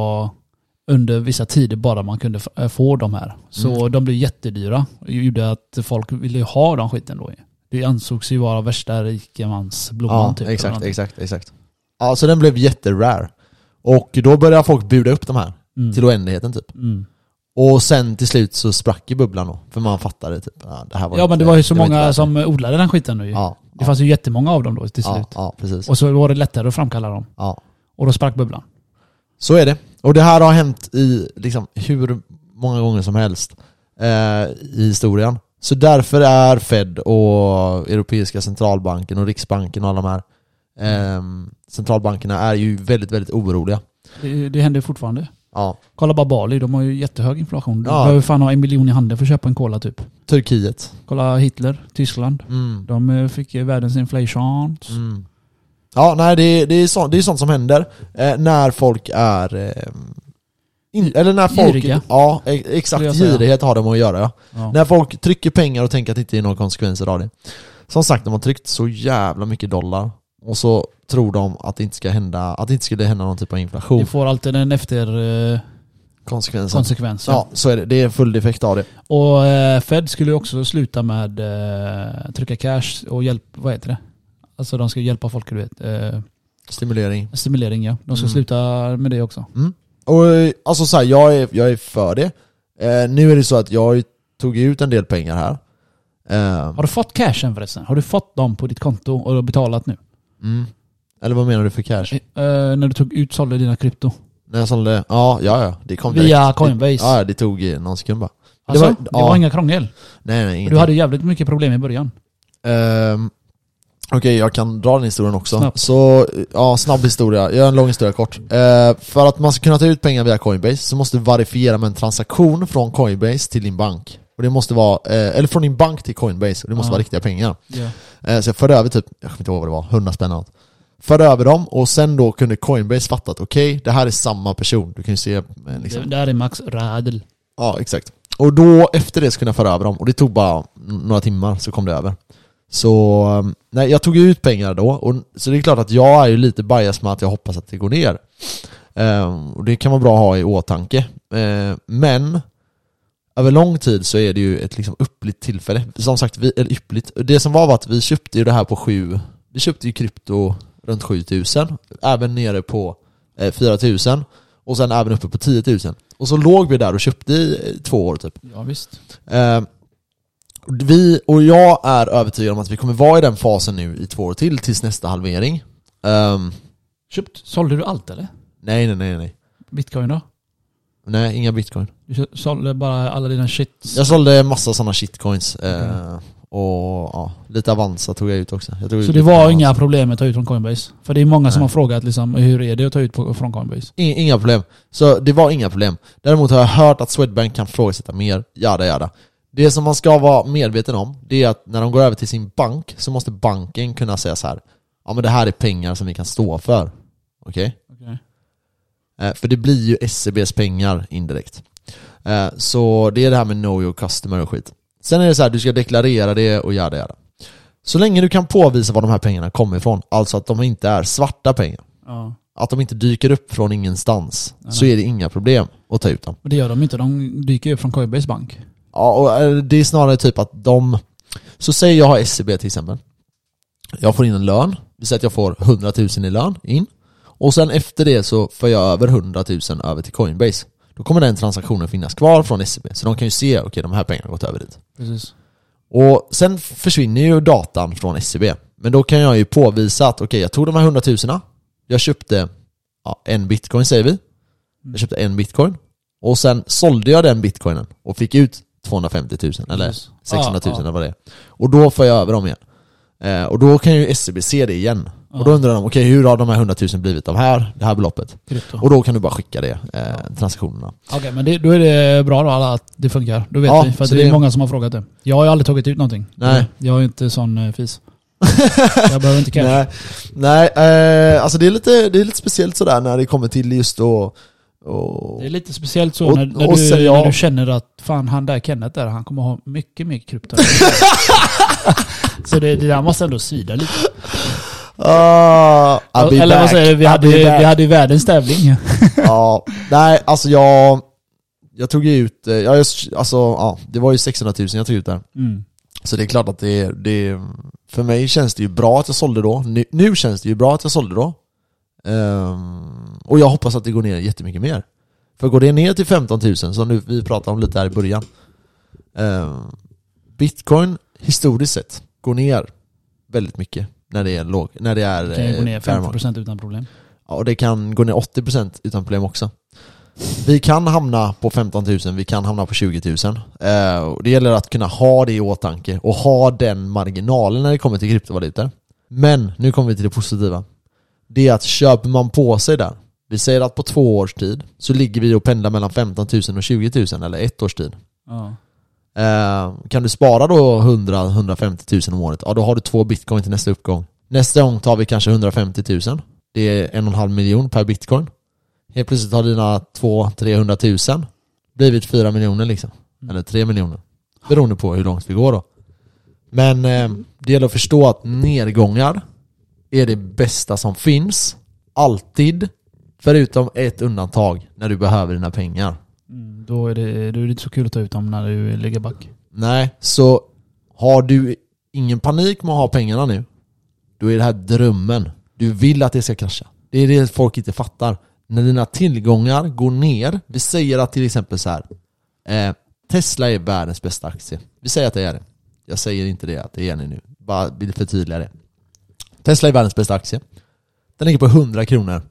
under vissa tider bara man kunde f- få de här. Så mm. de blev jättedyra. Det gjorde att folk ville ha de skiten då. Det ansågs ju vara värsta rikemansblomman. Ja, typ, exakt, exakt, exakt. Ja, så den blev jätterare. Och då började folk buda upp de här mm. till oändligheten typ. Mm. Och sen till slut så sprack i bubblan då. För man fattade typ. Ja, det här var ja inte, men det var ju så det många som odlade den skiten nu. Ja, det ja. fanns ju jättemånga av dem då till slut. Ja, ja, precis. Och så var det lättare att framkalla dem. Ja. Och då sprack bubblan. Så är det. Och det här har hänt i liksom hur många gånger som helst eh, i historien. Så därför är Fed och Europeiska centralbanken och Riksbanken och alla de här eh, centralbankerna är ju väldigt, väldigt oroliga. Det, det händer fortfarande. Ja. Kolla bara Bali, de har ju jättehög inflation. De ja. behöver fan ha en miljon i handen för att köpa en cola typ. Turkiet. Kolla Hitler, Tyskland. Mm. De fick världens inflation. Mm. Ja, nej, det, det, är så, det är sånt som händer eh, när folk är eh, in, eller när folk giriga. Ja, exakt, girighet har de att göra. Ja. Ja. När folk trycker pengar och tänker att det inte är några konsekvenser av det. Som sagt, de har tryckt så jävla mycket dollar och så tror de att det inte ska hända, att det inte skulle hända någon typ av inflation. Det får alltid en efter eh, konsekvensen. konsekvens. Ja, så är det. Det är full effekt av det. Och eh, Fed skulle ju också sluta med eh, trycka cash och hjälp, vad heter det? Alltså de ska hjälpa folk, du vet. Eh, Stimulering. Stimulering, ja. De ska Mm. sluta med det också. Mm. Och alltså så här, jag är, jag är för det. Eh, nu är det så att jag tog ut en del pengar här. Eh, Har du fått cashen förresten? Har du fått dem på ditt konto och du har betalat nu? mm. Eller vad menar du för cash? Eh, när du tog ut sålde dina krypto. När jag sålde, ja, ja, ja. Det kom direkt. Via Coinbase. Det, ja, det tog någon sekund bara. Alltså, det var, det ja. var inga krångel. Nej, nej, Du hade jävligt mycket problem i början. Um, Okej, okay, jag kan dra den historien också. Snabb. Så, ja, snabb historia. Jag gör en lång historia kort. Uh, för att man ska kunna ta ut pengar via Coinbase så måste du verifiera med en transaktion från Coinbase till din bank. Och det måste vara, uh, eller från din bank till Coinbase. Och det måste Ja. vara riktiga pengar. Yeah. Uh, så jag förde över typ, jag kommer inte ihåg vad det var, hundra spänn något. Förde över dem och sen då kunde Coinbase fatta att okej, okay, det här är samma person. Du kan ju se uh, liksom. Det där är Max Radel. Ja, exakt. Och då efter det så kunde jag föra över dem. Och det tog bara några timmar så kom det över. Så nej, jag tog ut pengar då. Och, så det är klart att jag är ju lite bias med att jag hoppas att det går ner. Eh, och det kan vara bra att ha i åtanke. Eh, men över lång tid så är det ju ett liksom yppligt tillfälle. Som sagt, vi, eller yppligt. Det som var var att vi köpte ju det här på sju. Vi köpte ju krypto runt sju tusen. Även nere på eh, fyra tusen. Och sen även uppe på tio tusen. Och så låg vi där och köpte i två år typ. Ja, visst. Eh, vi, och jag är övertygad om att vi kommer vara i den fasen nu i två år till. Tills nästa halvering. Um, Köpt, sålde du allt eller? nej, nej, nej, nej. Bitcoin då? Nej, inga bitcoin. Du sålde bara alla dina shit? Jag sålde massa sådana shitcoins. Mm. Eh, och ja, lite Avanza tog jag ut också. Jag tog så ut det var Avanza. Inga problem att ta ut från Coinbase? För det är många Nej. som har frågat liksom, hur är det att ta ut på, från Coinbase? Inga problem. Så det var inga problem. Däremot har jag hört att Swedbank kan frågasätta mer. Jada, jada. Det som man ska vara medveten om, det är att när de går över till sin bank så måste banken kunna säga så här: ja, men det här är pengar som vi kan stå för. Okej? Okay? Okay. Eh, för det blir ju S C B:s pengar indirekt. Eh, så det är det här med know your customer och skit. Sen är det så här, du ska deklarera det och göra det. Göra. Så länge du kan påvisa var de här pengarna kommer ifrån, alltså att de inte är svarta pengar, ja. Att de inte dyker upp från ingenstans, ja. Så är det inga problem att ta ut dem. Och det gör de inte, de dyker upp från Coinbase bank. Ja, och det är snarare typ att de... Så säger jag har S C B till exempel. Jag får in en lön. Vi säger att jag får hundratusen i lön in. Och sen efter det så får jag över hundratusen över till Coinbase. Då kommer den transaktionen finnas kvar från S C B. Så de kan ju se, okej, okay, de här pengarna har gått över dit. Precis. Och sen försvinner ju datan från S C B. Men då kan jag ju påvisa att okej, okay, jag tog de här hundratusen. Jag köpte ja, en bitcoin säger vi. Jag köpte en bitcoin. Och sen sålde jag den bitcoinen och fick ut tvåhundrafemtiotusen eller sexhundratusen ja, ja. eller vad det är. Och då får jag över dem igen. Eh, och då kan ju S C B se det igen. Ja. Och då undrar de, okej, okay, hur har de här hundratusen blivit av här, det här beloppet? Krypto. Och då kan du bara skicka det, eh, ja. transaktionerna. Okej, okay, men det, då är det bra då att det funkar. Då vet ja, vi, för det är det... många som har frågat det. Jag har ju aldrig tagit ut någonting. Nej. Jag är inte sån eh, fis. Jag behöver inte cash. Nej, Nej eh, alltså det är, lite, det är lite speciellt sådär när det kommer till just då. Och, det är lite speciellt så och, när, när, och du, sen, ja. när du känner att fan, han där Kenneth där, han kommer ha mycket mer krypto. Så det, det där måste ändå svida lite. Uh, Eller back. Vad säger du? Vi hade, vi hade ju världens tävling. Ja, nej, alltså jag jag tog ut, jag, alltså ja, det var ju sexhundratusen jag tog ut där. Mm. Så det är klart att det, det för mig känns det ju bra att jag sålde då. Nu, nu känns det ju bra att jag sålde då. Um, och jag hoppas att det går ner jättemycket mer. För går det ner till femton tusen, som nu vi pratade om lite här i början, um, Bitcoin historiskt sett går ner väldigt mycket när det är låg, när det är det kan ju gå ner femtio procent utan problem. Ja, och det kan gå ner åttio procent utan problem också. Vi kan hamna på femton tusen, vi kan hamna på tjugo tusen. Uh, och det gäller att kunna ha det i åtanke och ha den marginalen när det kommer till kryptovalutor. Men nu kommer vi till det positiva. Det är att köper man på sig där, vi säger att på två års tid så ligger vi och pendlar mellan femton tusen och tjugo tusen, eller ett års tid. Ja. Eh, kan du spara då hundra till hundrafemtio tusen om året, ja då har du två bitcoin till nästa uppgång. Nästa gång tar vi kanske hundrafemtio tusen. Det är en och en halv miljon per bitcoin. Helt plötsligt har dina två till trehundra tusen blivit fyra miljoner liksom. Mm. Eller tre miljoner. Beroende på hur långt vi går då. Men eh, det gäller att förstå att nedgångar är det bästa som finns. Alltid. Förutom ett undantag när du behöver dina pengar. Mm, då, är det, då är det inte så kul att ta ut dem när du lägger back. Nej, så har du ingen panik med att ha pengarna nu, då är det här drömmen. Du vill att det ska krascha. Det är det folk inte fattar. När dina tillgångar går ner, vi säger att till exempel så här, eh, Tesla är världens bästa aktie. Vi säger att det är det. Jag säger inte det att det är det nu. Bara vill förtydliga det. Tesla är världens bästa aktie. Den ligger på hundra kronor.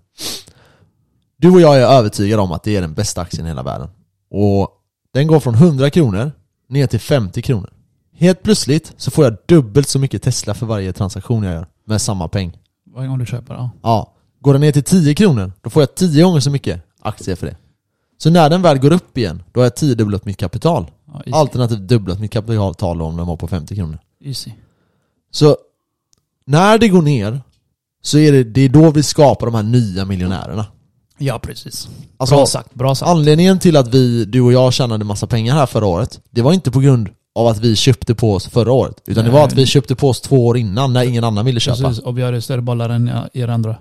Du och jag är övertygade om att det är den bästa aktien i hela världen. Och den går från hundra kronor ner till femtio kronor. Helt plötsligt så får jag dubbelt så mycket Tesla för varje transaktion jag gör med samma peng. Varje gång du köper, ja. Ja. Går den ner till tio kronor, då får jag tio gånger så mycket aktier för det. Så när den väl går upp igen, då har jag tio dubblat mitt kapital. Ja, alternativt dubblat mitt kapital om den var på femtio kronor. Easy. Så när det går ner så är det, det är då vi skapar de här nya miljonärerna. Ja, precis. Alltså, bra sagt, bra sagt. Anledningen till att vi, du och jag tjänade massa pengar här förra året, det var inte på grund av att vi köpte på oss förra året. Utan det var att vi köpte på oss två år innan när ingen annan ville köpa. Precis, och vi hade större bollar än er andra.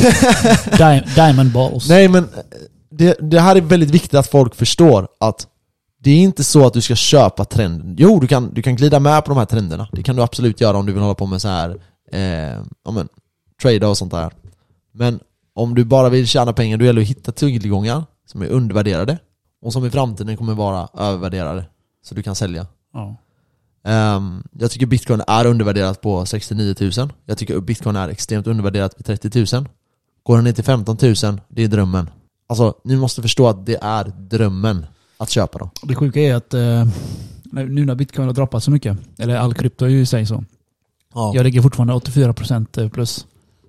Diamond balls. Nej, men det, det här är väldigt viktigt att folk förstår att det är inte så att du ska köpa trenden. Jo, du kan, du kan glida med på de här trenderna. Det kan du absolut göra om du vill hålla på med så här eh, ja, men, trada och sånt där. Men om du bara vill tjäna pengar, då gäller det att hitta tillgångar som är undervärderade och som i framtiden kommer vara övervärderade. Så du kan sälja. Ja. Um, jag tycker Bitcoin är undervärderat på sextionio tusen. Jag tycker Bitcoin är extremt undervärderat på trettio tusen. Går den ner till femton tusen, det är drömmen. Alltså, ni måste förstå att det är drömmen att köpa dem. Det sjuka är att eh, nu när Bitcoin har droppat så mycket, eller all krypto är ju i sig så. Ja. Jag ligger fortfarande åttiofyra procent plus.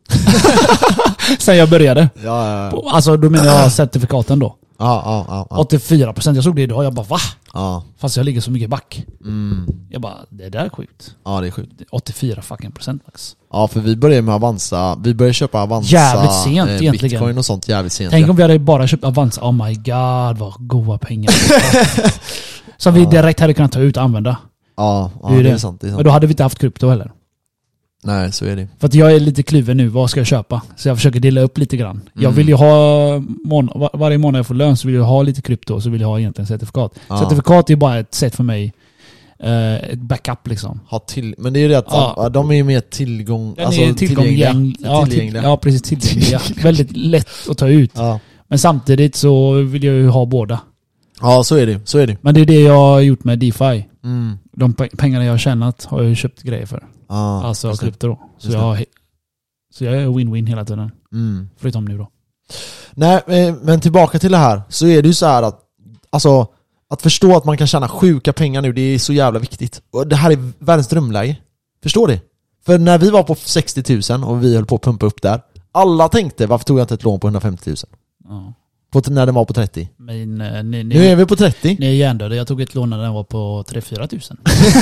Sen jag började. Ja, ja, ja. Alltså då menar jag certifikaten då. Ja, ja, ja, ja. åttiofyra procent, jag såg det idag, jag bara va? Ja. Fast jag ligger så mycket back. Mm. Jag bara, det där är sjukt. Ja, det är sjukt. åttiofyra fucking procent max. Ja, för vi började med Avanza. Vi började köpa Avanza Jävligt sent, eh, egentligen. Bitcoin och sånt jävligt sent. Tänk ja. om vi hade bara köpt Avanza. Oh my god, vad goda pengar. Som vi direkt hade kunnat ta ut och använda. Ja, ja Det är det, det. är sant, det är sant. Men då hade vi inte haft krypto heller. Nej, så är det. För att jag är lite kluven nu, vad ska jag köpa? Så jag försöker dela upp lite grann. Jag Mm. vill ju ha, mån- var- varje månad jag får lön så vill jag ha lite krypto, så vill jag ha egentligen certifikat. Ja. Certifikat är bara ett sätt för mig, eh, ett backup liksom. Ha till, men det är ju det att Ja. ja, de är ju mer tillgång, Den alltså är tillgängliga. tillgängliga. Ja, till, tillgängliga. ja, precis, tillgängliga. Väldigt lätt att ta ut. Ja. Men samtidigt så vill jag ju ha båda. Ja, så är det. Så är det. Men det är det jag har gjort med DeFi. Mm. De pe- pengarna jag har tjänat har jag ju köpt grejer för. Ja, Alltså just det. krypto då. Så Just jag, har he- så jag är win-win hela tiden. Mm. Förutom nu då. Nej, eh, men tillbaka till det här. Så är det ju så här att alltså, att förstå att man kan tjäna sjuka pengar nu, det är så jävla viktigt. Och det här är världens drömläge. Förstår det? För när vi var på sextio tusen och vi höll på att pumpa upp där, alla tänkte, varför tog jag inte ett lån på hundrafemtio tusen? Ja. På, när den var på trettio. Men eh, ni, Nu är ni, vi på trettio. ni är hjärndöda. Jag tog ett lån när den var på tre fyra tusen.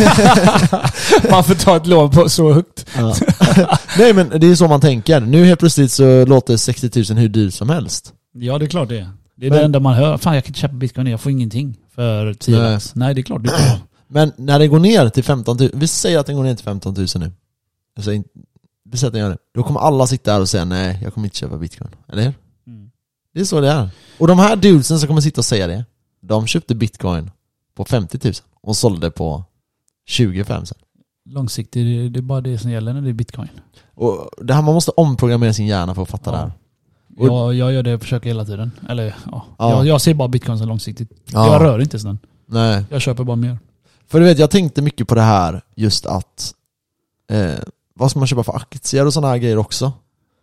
Varför ta ett lån på så högt? Ja. Nej, men det är så man tänker. Nu helt plötsligt så låter sextio tusen hur dyrt som helst. Ja, det är klart det är. Det är Men- det enda man hör. Fan, jag kan inte köpa bitcoin, jag får ingenting för tio Nej. lax. Nej, det är klart. Det är klart. Men när det går ner till femton tusen, vi säger att den går ner till femton tusen nu. Alltså, in- vi säger att den gör det. Då kommer alla sitta här och säga nej, jag kommer inte köpa bitcoin. Eller hur? Mm. Det är så det är. Och de här dudesen som kommer sitta och säga det, de köpte bitcoin på femtio tusen och sålde på tjugofem sen. Långsiktigt, det- det är bara det som gäller när det är bitcoin. Och det här, man måste omprogrammera sin hjärna för att fatta Ja. det här. Och- Jag, jag gör det, jag försöker hela tiden. Eller ja, Ja. Jag, jag ser bara bitcoin som långsiktigt. Ja. Jag rör inte sådant. Nej. Jag köper bara mer. För du vet, jag tänkte mycket på det här, just att eh, vad ska man köpa för aktier och sådana här grejer också.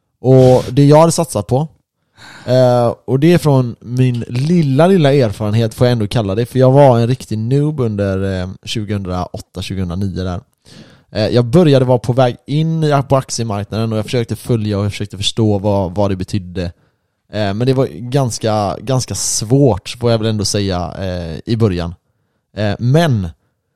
Och det jag hade satsat på, eh, och det är från min lilla, lilla erfarenhet får jag ändå kalla det, för jag var en riktig noob under eh, tjugohundraåtta tjugohundranio där. Eh, jag började vara på väg in på aktiemarknaden och jag försökte följa och jag försökte förstå vad, vad det betydde. Eh, men det var ganska, ganska svårt, får jag väl ändå säga, eh, i början. Eh, men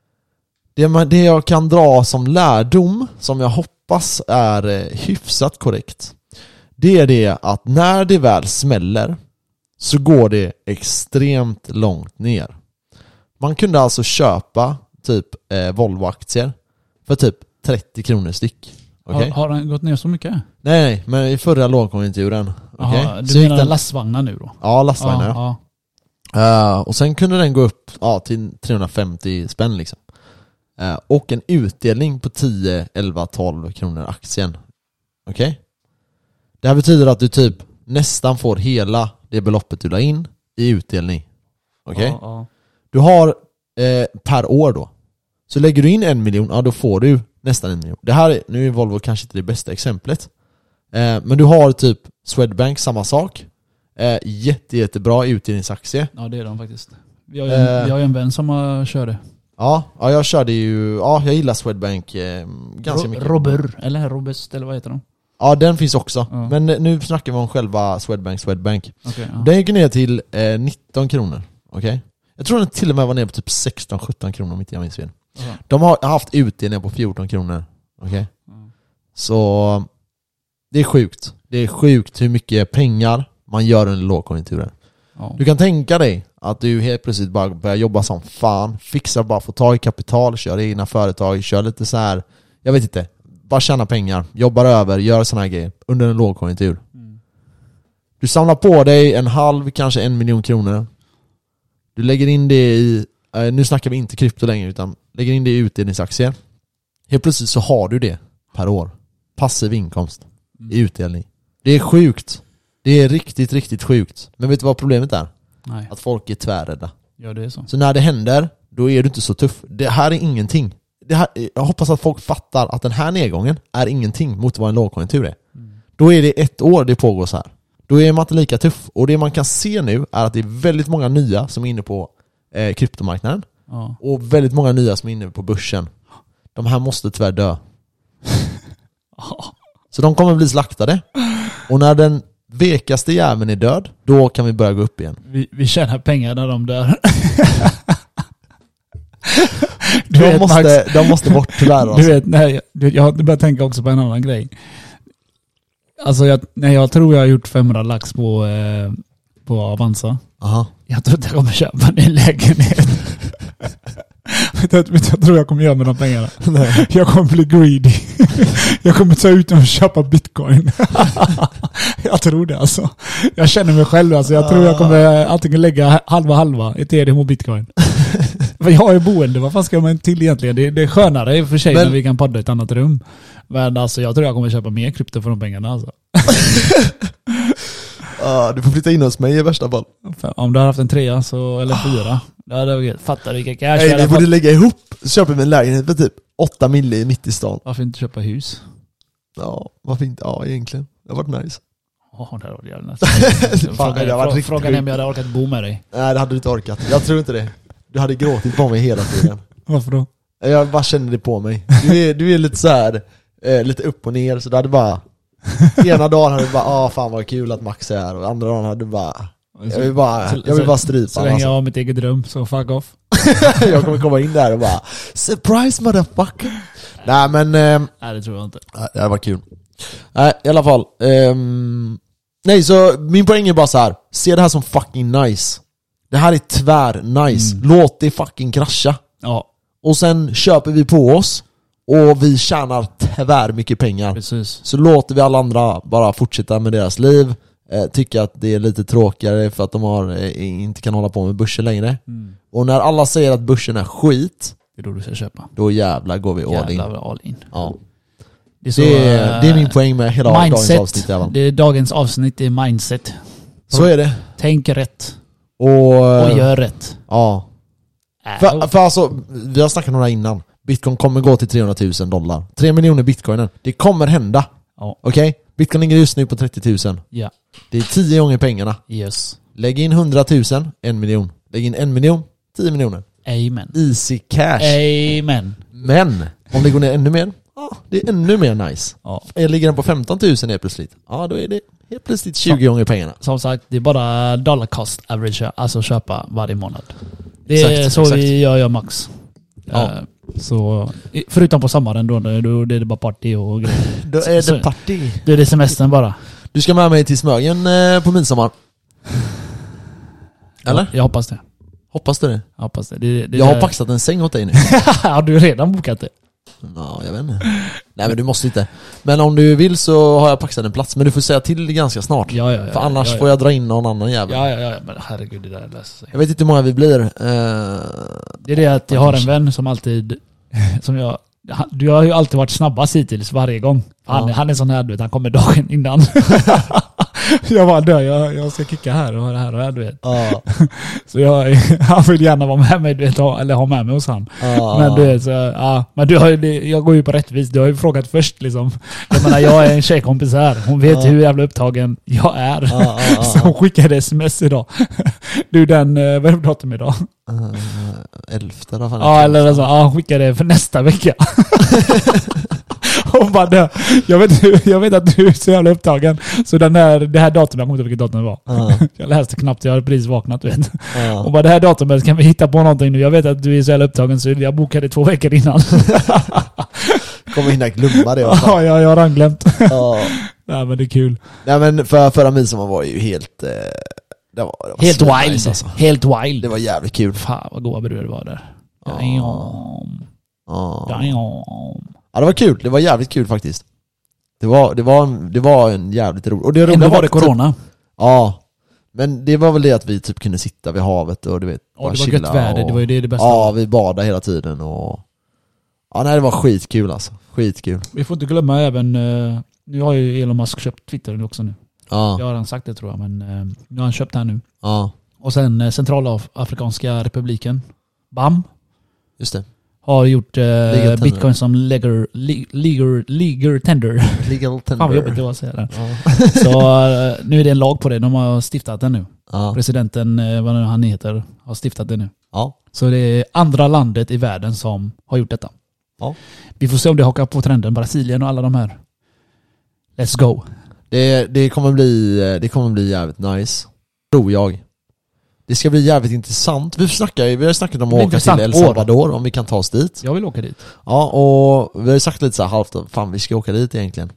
det, man, det jag kan dra som lärdom, som jag hoppas är eh, hyfsat korrekt, det är det att när det väl smäller så går det extremt långt ner. Man kunde alltså köpa typ eh, Volvo-aktier för typ trettio kronor styck. Okay? Har, har den gått ner så mycket? Nej, nej, men i förra lågkonjunkturen. Okay? Aha, du Så gick menar den, lastvagnar nu då? ja, lastvagnar. Ja, Ja. ja. Uh, och sen kunde den gå upp ja, till trehundrafemtio spänn liksom. Uh, och en utdelning på tio, elva, tolv kronor aktien. Okej? Okay? Det här betyder att du typ nästan får hela det beloppet du la in i utdelning. Okej? Okay? Ja, ja. Du har eh, per år då. Så lägger du in en miljon, ja då får du nästan en miljon. Det här är, nu är Volvo kanske inte det bästa exemplet. Eh, men du har typ Swedbank, samma sak. Eh, jätte, jättebra utdelningsaktie. Ja, det är de faktiskt. Vi har ju en, Eh. vi har ju en vän som uh, kör det. Ja, ja, jag körde ju, ja jag gillar Swedbank eh, ganska Ro- mycket. Robur, eller Robust, eller vad heter de? Ja, den finns också. Ja. Men eh, nu snackar vi om själva Swedbank, Swedbank. Okay, ja. Den gick ner till eh, nitton kronor. Okej? Okay? Jag tror den till och med var ner på typ sexton sjutton kronor om inte jag minns fel. Ja. De har haft utdelningar på fjorton kronor. Okej? Okay? Ja. Så det är sjukt. Det är sjukt hur mycket pengar man gör under lågkonjunkturen. Ja. Du kan tänka dig att du helt plötsligt bara börjar jobba som fan, fixa bara få tag i kapital, kör egna företag, kör lite så här, jag vet inte, bara tjäna pengar, jobbar över, gör såna här grejer under en lågkonjunktur. Mm. Du samlar på dig en halv, kanske en miljon kronor. Du lägger in det i, eh, nu snackar vi inte krypto längre, utan lägger in det i utdelningsaktier. Helt plötsligt så har du det per år. Passiv inkomst i utdelning. Det är sjukt. Det är riktigt, riktigt sjukt. Men vet du vad problemet är? Nej. Att folk är tvärrädda. Ja, det är så. Så när det händer, då är du inte så tuff. Det här är ingenting. Det här, jag hoppas att folk fattar att den här nedgången är ingenting mot vad en lågkonjunktur är. Mm. Då är det ett år det pågår så här. Då är man inte lika tuff. Och det man kan se nu är att det är väldigt många nya som är inne på eh, kryptomarknaden. Ja. Och väldigt många nya som är inne på börsen. De här måste tyvärr dö. Så de kommer bli slaktade. Och när den vekaste jäveln är död, då kan vi börja gå upp igen. Vi, vi tjänar pengar när de dör. de, vet, måste, Max, de måste bort tyvärr. Du vet, nej, du, jag börjar tänka också på en annan grej. Alltså jag, nej, jag tror jag har gjort femhundra lax på, eh, på Avanza. Aha. Jag tror inte jag kommer köpa en lägenhet. Jag tror jag kommer göra med de pengarna. Nej. Jag kommer bli greedy. Jag kommer ta ut dem och köpa bitcoin. Jag tror det alltså. Jag känner mig själv alltså. Jag tror jag kommer antingen lägga halva halva Ethereum och bitcoin. För jag är boende. Vad fan ska man till egentligen? Det, det är skönare i och för sig men, när vi kan podda i ett annat rum. Men alltså jag tror jag kommer köpa mer krypto för de pengarna alltså. Uh, du får flytta in hos mig i värsta fall. Om du har haft en trea så, eller fyra. Då hade jag fattat vilka cash. Nej, vi borde lägga ihop. Köpa en lägenhet för typ åtta miljoner mitt i stan. Varför inte köpa hus? Ja, varför inte? Ja, egentligen. Det har varit nice. Ja, oh, det hade varit jävligt nice. Frågan, frågan är om jag hade orkat bo med dig. Nej, det hade du inte orkat. Jag tror inte det. Du hade gråtit på mig hela tiden. Varför då? Jag bara kände det på mig. Du är, du är lite så här, eh, lite upp och ner. Så du hade bara... Ena dagen hade du bara, ah fan vad kul att Max är här. Och andra dagen hade du bara, jag vill bara, jag vill bara strypa. Så länge jag har mitt eget rum, så fuck off. Jag kommer komma in där och bara, surprise motherfucker. Nej men... Eh, nej det tror jag inte. Det var kul. Nej i alla fall. Um, nej så min poäng är bara så här. Se det här som fucking nice. Det här är tvär nice. Mm. Låt det fucking krascha. Ja. Och sen köper vi på oss. Och vi tjänar tvär mycket pengar. Precis. Så låter vi alla andra bara fortsätta med deras liv. Eh, tycka att det är lite tråkigare för att de har, eh, inte kan hålla på med börsen längre. Mm. Och när alla säger att börsen är skit, det är då du ska köpa. Då jävlar går vi all in. Jävlar all in. Ja. Det är, så, det, är, det är min poäng med hela mindset. Dagens avsnitt. Även. Det är dagens avsnitt, det är mindset. Så är det. Tänk rätt. Och, och gör rätt. Ja. Äh, för, för alltså, vi har snackat om det här innan. Bitcoin kommer gå till trehundratusen dollar. tre miljoner bitcoiner. Det kommer hända. Ja. Okej? Okay? Bitcoin ligger just nu på trettio tusen. Ja. Det är tio gånger pengarna. Yes. Lägg in hundratusen, en miljon. Lägg in en miljon, tio miljoner. Amen. Easy cash. Amen. Men om det går ner ännu mer, ja, det är ännu mer nice. Ja. Ligger den på femton tusen helt plötsligt, ja då är det helt plötsligt tjugo gånger pengarna. Som sagt, det är bara dollar cost average, alltså köpa varje månad. Det exakt, är så exakt. vi gör jag max. Ja. Uh, så förutom på sommaren då, då, då är det bara party och grejer. Då är det party. Då är det semestern bara. Du ska med mig till Smögen eh, på midsommar. Eller? Ja, jag hoppas det. Hoppas du det? Jag hoppas det. det, det jag har det... paxat en säng åt dig nu. Har du redan bokat det? Ja, jag vet inte. Nej men du måste inte. Men om du vill så har jag paxat en plats. Men du får säga till det ganska snart. Ja, ja, ja, för annars ja, ja. får jag dra in någon annan jävel. Ja, ja, ja. Men herregud, det där löser sig. Jag vet inte hur många vi blir. Uh, det är det att jag har en vän som alltid... Som jag... Du har ju alltid varit snabbast hittills varje gång. Han, ja. han är sån här, du vet, han kommer dagen innan. Jag bara dör, jag, jag ska kicka här och det här och det här, du vet. Ja. Så jag, han vill gärna vara med mig, du vet, eller ha med mig hos han. Ja. Men du vet, så, ja. Men du har ju, jag går ju på rättvis, du har ju frågat först liksom. Jag menar, jag är en tjejkompis här. Hon vet ja. hur jävla upptagen jag är. Ja, ja, ja. Så hon skickade sms idag. Du, den, vad är det för datum idag? Uh, elfte då. Ja, eller alltså, ja, hon skickade det för nästa vecka. Hon bara, det, jag, vet, jag vet att du är så jävla upptagen. Så den här, det här datumet, jag kommer inte ihåg vilket datum det var. Uh. Jag läste knappt, jag hade precis vaknat, vet. Uh. Och bara, det här datumet kan vi hitta på någonting nu. Jag vet att du är så jävla upptagen så jag bokade två veckor innan. Kommer hinna glömma det. Ja, jag, jag har redan glömt. Uh. Nej, men det är kul. Nej, men för, förra midsommar var ju helt... Eh, Det var, det var Helt så wild. nice, alltså. Helt wild. Det var jävligt kul. Fan vad goda brudar det var där. Ja. Damn. Ja. Damn. Ja, det var kul. Det var jävligt kul faktiskt. Det var, det var, en, det var en jävligt rolig. Och det Ändå roliga var det typ- corona. Ja. Men det var väl det att vi typ kunde sitta vid havet och du vet, Ja, bara det var chilla gött väder. och- Det var ju det, det bästa. Ja, vi badade hela tiden och... Ja, nej, det var skitkul alltså. Skitkul. Vi får inte glömma även... Uh, nu har ju Elon Musk köpt Twitter nu också nu. Ja. Jag har redan sagt det tror jag, men uh, nu har han köpt det här nu. Ja, Och sen uh, Centralafrikanska republiken, B A M, just det. har gjort uh, tender. bitcoin som legal, legal, legal tender. Legal tender. Fan vad jobbigt det var att säga det. Ja. Så uh, nu är det en lag på det. De har stiftat den nu. Ja. Presidenten, uh, vad nu han heter, har stiftat det nu. Ja. Så det är andra landet i världen som har gjort detta. Ja. Vi får se om det hakar på trenden. Brasilien och alla de här. Let's go. Det, det, kommer bli, det kommer bli jävligt nice. Tror jag. Det ska bli jävligt intressant. Vi, snackar, vi har snackat om Det blir att åka intressant till El år. Salvador, om vi kan ta oss dit. Jag vill åka dit. Ja, och vi har sagt lite så här halvt, fan vi ska åka dit egentligen.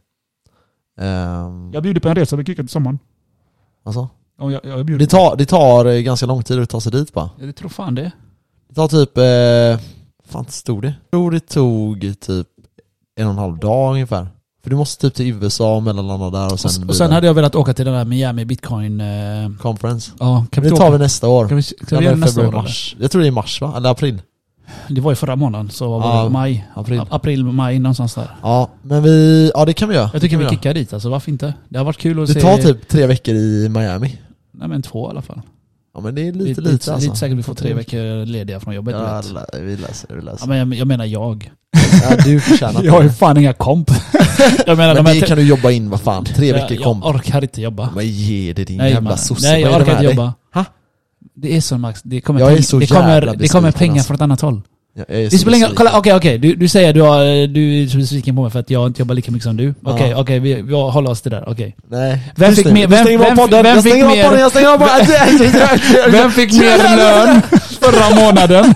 Um, Jag bjuder på en resa, vi kickar till sommaren. alltså, Ja, jag, jag bjuder det, tar, det tar ganska lång tid att ta sig dit bara. på. Jag tror fan det. Det tar typ, eh, fan stod det? Jag tror det tog typ en och en halv dag ungefär. För du måste typ till U S A, mellanlanda där och sen Och, och sen hade jag velat åka till den där Miami Bitcoin... Eh, conference. ja, kan vi Det inte tar åka? vi nästa år. Kan vi, kan vi Eller göra det nästa februari, år? Eller? mars. Jag tror det är mars va? Eller april. Det var ju förra månaden, så var Ja, det maj. april. A- April, maj, någonstans där. Ja, men vi, ja det kan vi göra. Jag tycker det vi kan kickar dit, alltså varför inte? Det har varit kul att Det se... tar typ tre veckor i Miami. Nej men två i alla fall. Ja men det är lite Lite, lite, lite, alltså. lite säkert vi får tre veckor lediga från jobbet. Ja, du vet. vi läser, vi läser. Ja, men jag, jag menar jag. Ja, du förtjänar Jag har ju det. fan inga komp. Jag menar Men de här det tre- kan du jobba in, vad fan. Tre jag, veckor kom. jag orkar inte jobba. Men ge det din Nej, jävla man. sosse. Nej, Vad jag är det orkar med inte dig? jobba. Ha? Det är så Max, det kommer, Jag är peng- så det kommer, jävla det kommer besviken, pengar alltså. från ett annat håll. Jag är Det så spelar ingen besviken. kolla, okej okej, du, du säger du, har, du är så besviken på mig för att jag inte jobbar lika mycket som du. Okej, Ja. okej, vi, vi håller oss till det där, okej. Nej. Vem Just fick det. mer- Jag vem- stänger av vem- podden. vem Jag fick stänger av mer- podden, jag stänger av podden. Vem fick mer lön förra månaden?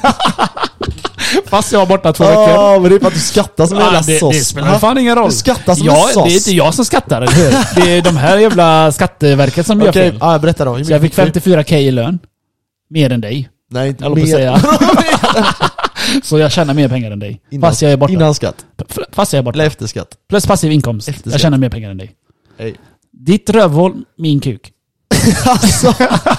Fast jag var borta två veckor. Ja, men det är för att du skattar som en Ah, jävla det, sås. det spelar fan ingen roll. Du skattar som ja, en sås. det är inte jag som skattar, eller hur? Det är de här jävla skatteverket som gör Okej, fel. ja, berätta då. Hur Så jag mycket fick femtiofyra k i lön. Mer än dig. Nej, inte Jag håller på att säga. Så jag tjänar mer pengar än dig. Innan- Fast jag är borta. Innan skatt. F- Fast jag är borta. Eller efter skatt. Plus passiv inkomst. Efter Jag skatt. tjänar mer pengar än dig. Hej. Ditt rövhål, min kuk. Alltså.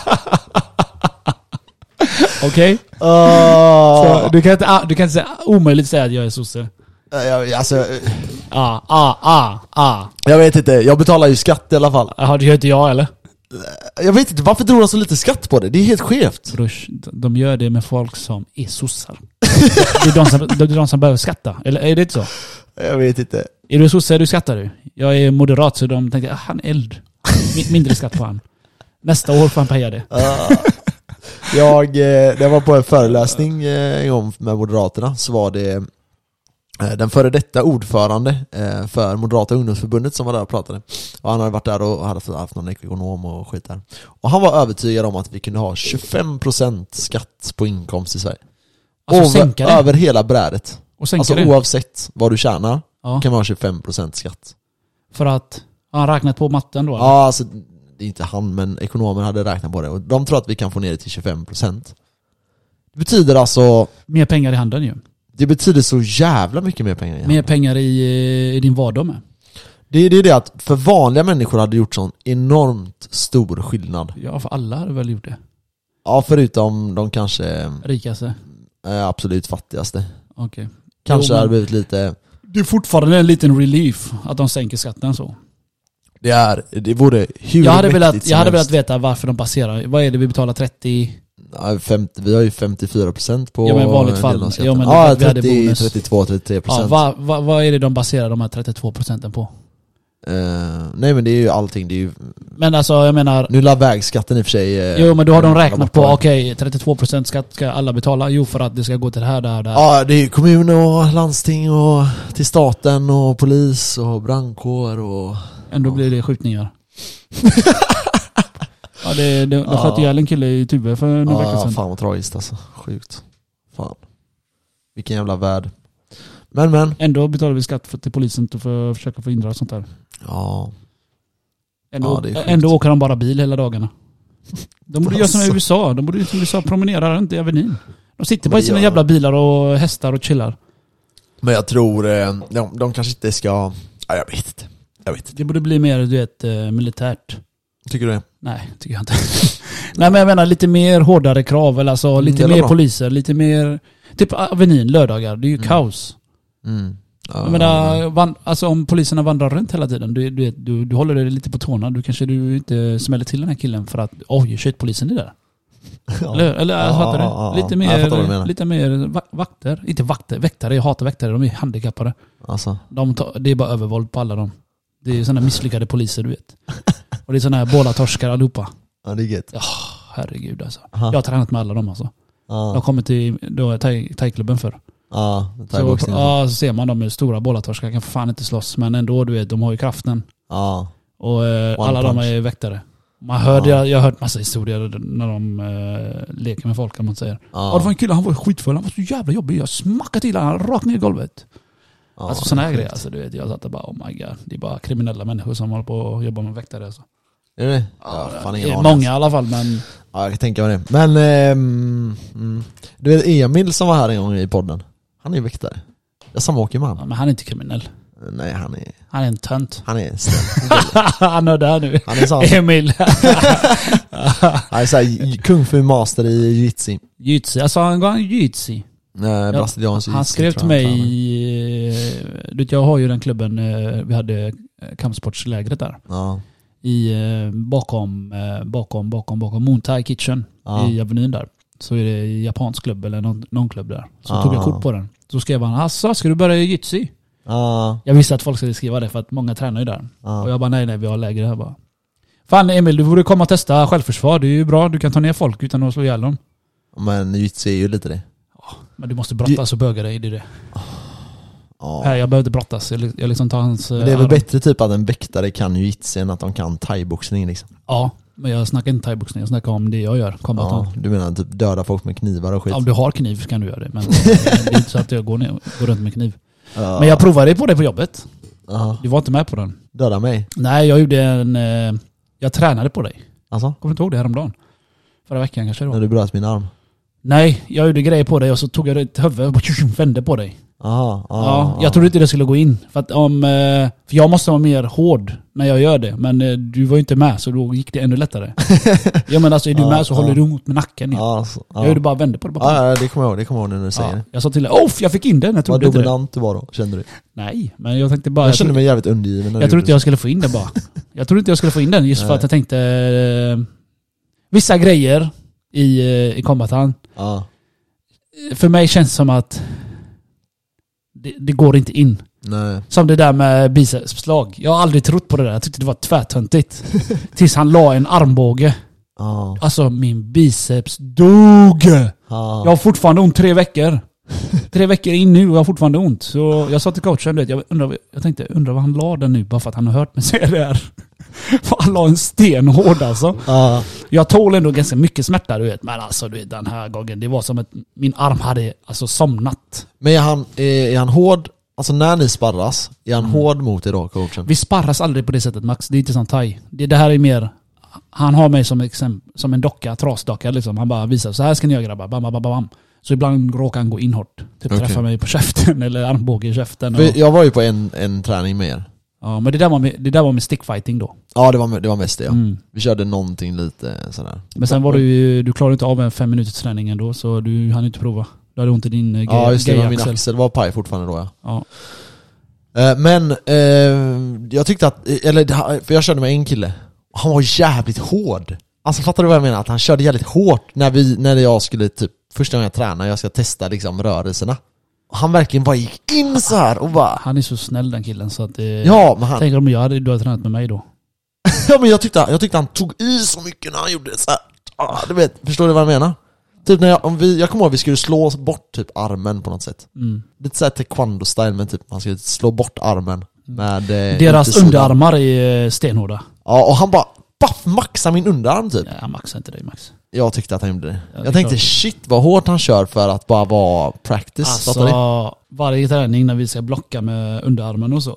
Okej? Uh, Så Du kan inte, ah, du kan inte säga, omöjligt säga att jag är sosse. jag, alltså, Ah, ah, ah, ah. jag vet inte, jag betalar ju skatt i alla fall. Jaha, det gör inte jag eller? Jag vet inte, varför tror de så lite skatt på det? Det är helt skevt. Brors, de gör det med folk som är sossar. Det är de som, det är de som behöver skatta. Eller är det inte så? Jag vet inte. Är du sosse, du skattar du. Jag är moderat så de tänkte, ah, han är eld. Mi- Mindre skatt på han. Nästa år får han paja det. Uh, jag, eh, när jag var på en föreläsning eh, en gång med Moderaterna, så var det eh, den före detta ordförande eh, för Moderata ungdomsförbundet som var där och pratade. Och han hade varit där och hade haft någon ekonom och skit där. Och han var övertygad om att vi kunde ha tjugofem procent skatt på inkomst i Sverige. Alltså över, sänka det. över hela brädet. Och sänka Alltså det. oavsett vad du tjänar Ja, kan man ha tjugofem procent skatt. för att har han räknat på matten då? eller? Ja, alltså det är inte han, men ekonomen hade räknat på det. Och de tror att vi kan få ner det till tjugofem procent. Det betyder alltså, Mer pengar i handen ju. det betyder så jävla mycket mer pengar. Mer pengar i, eh, i din vardag med. Det, det är det att för vanliga människor hade gjort sån enormt stor skillnad. Ja, för alla hade väl gjort det. Ja, förutom de kanske Rikaste. eh, absolut fattigaste. Okej. Kanske Jo, men- hade blivit lite... Det är fortfarande en liten relief att de sänker skatten så. Det är, det vore hur Jag hade, mäktigt velat, som jag hade velat helst. veta varför de baserar. Vad är det vi betalar trettio? Ja, femtio, vi har ju femtiofyra procent på Ja, men i vanligt fall. delen av skatten. Ja, men det- ja, vi hade trettio, bonus. trettiotvå, trettiotre procent. Ja, vad va, vad är det de baserar de här trettiotvå procenten på? Eh, nej men det är ju allting, det är ju... Men alltså jag menar... Nu la vägskatten i och för sig... eh, Jo men då har de la räknat bort på, det. okej, trettiotvå procent skatt ska alla betala. Jo för att det ska gå till det här, där, där. Ja, det är ju kommun och landsting och till staten och polis och brandkår och... Ändå blir det skjutningar. Ja, det, det, de Ja. sköt ihjäl en kille i Tuve för några veckor Ja, sedan. fan vad tragiskt alltså. Sjukt. Fan. Vilken jävla värld. Men men. Ändå betalar vi skatt för, till polisen för att försöka förhindra sånt där. Ja. Ändå, Ja, det är sjukt. ändå åker de bara bil hela dagarna. De borde göra som i U S A. De borde göra som i U S A, promenera runt i Avenyn. De sitter bara i sina jävla bilar och hästar och chillar. Men jag tror de, de kanske inte ska... Ja, jag vet inte. Jag vet inte. Det borde bli mer, du vet, militärt. Tycker du det? Nej, tycker jag inte. Nej, men jag menar lite mer hårdare krav. Eller alltså lite mm, mer bra. poliser. Lite mer... Typ Avenyn, lördagar. Det är ju mm. kaos. Mm. Ja, jag menar, van, alltså om poliserna vandrar runt hela tiden. Du, du, du, du håller dig lite på tårna. Du kanske du inte smäller till den här killen för att oj, shit, polisen är där. Ja. Eller, eller ja, fattar du? Ja, lite mer, lite mer vakter. Inte vakter, väktare. Jag hatar väktare. De är handikappade. Alltså. De tar, det är bara övervåld på alla dem. Det är sådana misslyckade poliser, du vet. Och det är sådana här båda torskar allihopa. Ja, det är gött. Ja, herregud alltså. Aha. Jag har tränat med alla dem alltså. Ja. Jag har kommit till då, thai, thai-klubben för. Ja, så, ja, så ser man dem med stora bålatorskar. Kan för fan inte slåss. Men ändå, du vet, de har ju kraften. Ja. Och eh, alla punch. De är väktare. Man hörde, ja. jag, jag har hört massa historier när de eh, leker med folk, kan man säga. Ja. Och det var en kille, han var skitfull. Han var så jävla jobbig. Jag smackade till han rakt ner i golvet. Ja, alltså sådana här grejer. Alltså, du vet, jag satt och bara, oh my god. Det är bara kriminella människor som håller på att jobba med väktare. Alltså. Är det? Ja, ja, fan det är många i alla fall, men... Ja, jag kan tänka mig det. Men, ehm, mm, du vet Emil som var här en gång i podden. Han är ju väktare. Jag samåker med han. Ja, men han är inte kriminell. Nej, han är... Han är en tönt. Han är snäll. Han är där nu. Han är sån. Emil. Han är såhär kung fu master i jiu-jitsu. Jiu-jitsu. Alltså han går jiu-jitsu. Nej, brasiliansk jiu-jitsu. Han skrev till mig du vet, jag har ju den klubben, vi hade kampsportslägret där. Ja. I bakom bakom bakom bakom Muay Thai Kitchen, ja. I Avenyn där. Så är det japansk klubb eller någon, någon klubb där. Så ja. Tog jag kort på den. Så skrev han, alltså ska du börja jiu-jitsu? Ja. Jag visste att folk skulle skriva det för att många tränar ju där. Ja. Och jag bara, nej nej, vi har läger här bara. Fan Emil, du borde komma och testa självförsvar. Det är ju bra, du kan ta ner folk utan att slå ihjäl dem. Men jiu-jitsu är ju lite det. Ja, men du måste brottas och böga dig, det är det. Ja. Nej, jag behöver inte brottas. Jag, jag liksom tar hans... Men det är väl arm. Bättre typ att en väktare kan jiu-jitsu än att de kan thai-boxning liksom. Ja, men jag snackar inte thai-boxning. Jag snackar om det jag gör. Ja, du menar typ döda folk med knivar och skit? Ja, om du har kniv kan du göra det. Men det är inte så att jag går, ner, går runt med kniv. Ja. Men jag provade på det på jobbet. Ja. Du var inte med på den. Döda mig? Nej, jag gjorde en... Jag tränade på dig. Alltså? Kommer du inte ihåg det häromdagen? Förra veckan kanske då. När du bröt min arm? Nej, jag gjorde grejer på dig och så tog jag ett huvud och vände på dig. Aha, aha, ja, jag trodde inte det skulle gå in. För att om... För jag måste vara mer hård när jag gör det. Men du var ju inte med så då gick det ännu lättare. Ja men alltså är du med så ja. Håller du emot med nacken. Ja. Alltså, ja. Jag gjorde bara vände på det. Bara. Ja, det kommer jag ihåg. Det kommer jag ihåg när du säger det. Jag sa till dig, off, jag fick in den. Jag trodde Vad dominant du var då, kände du? Nej, men jag tänkte bara... Jag kände mig jävligt undergiven. Jag trodde inte jag skulle få in den bara. Jag trodde inte jag skulle få in den just Nej. För att jag tänkte... Uh, vissa grejer i, uh, i kombatan. Ja. För mig känns det som att det, det går inte in. Nej. Som det där med bicepsslag. Jag har aldrig trott på det där. Jag tyckte det var tvärtöntigt. Tills han la en armbåge. Ah. Alltså min biceps dog. Ah. Jag har fortfarande ont tre veckor. Tre veckor in nu och jag har fortfarande ont. Så jag sa till coachen, du vet, jag, undrar, jag tänkte, undrar vad han la den nu. Bara för att han har hört mig säga det här. Han la en sten hård alltså. Ah. Jag tål ändå ganska mycket smärta, du vet. Men alltså, du vet, den här gången, det var som att min arm hade alltså somnat. Men är han, är, är han hård? Alltså när ni sparras, är han mm. hård mot er då, coachen? Vi sparras aldrig på det sättet, Max. Det är inte som thai. Det, det här är mer... Han har mig som, exempel, som en docka, trasdocka liksom. Han bara visar, så här ska ni göra grabbar. Bam, bam, bam, bam. Så ibland råkar han gå in hårt. Typ okay. Träffa mig på käften eller armbåge i käften. Och... Jag var ju på en, en träning med er. Ja, men det där var med, det där var med stickfighting då. Ja, det var, det var mest det, ja. Mm. Vi körde någonting lite sådär. Men sen var du ju, du klarade inte av en fem minuters träning ändå, så du hann inte prova. Du hade ont i din uh, ja, just det, var min axel. Det var paj fortfarande då, ja. Ja. Uh, men uh, jag tyckte att, eller för jag körde med en kille. Han var jävligt hård. Alltså fattar du vad jag menar? Att han körde jävligt hårt när, vi, när jag skulle typ, första gången jag tränade, jag ska testa liksom rörelserna. Han verkligen bara gick in så här och bara... Han är så snäll den killen så att det... Ja, men han... Tänk om jag hade, du hade tränat med mig då. Ja, men jag tyckte, jag tyckte han tog i så mycket när han gjorde så här. Ah, du vet, förstår du vad jag menar? Typ när jag, om vi, jag kommer ihåg att vi skulle slå bort typ armen på något sätt. Mm. Lite såhär taekwondo-style, men typ man skulle slå bort armen med... Eh, Deras underarmar är stenhårda. Ja, och han bara... Baff, maxa min underarm typ. Ja, han maxar inte dig, Max. Jag tyckte att han gjorde det. Ja, det jag tänkte, klart. Shit vad hårt han kör för att bara vara practice. Alltså, varje träning när vi ska blocka med underarmen och så.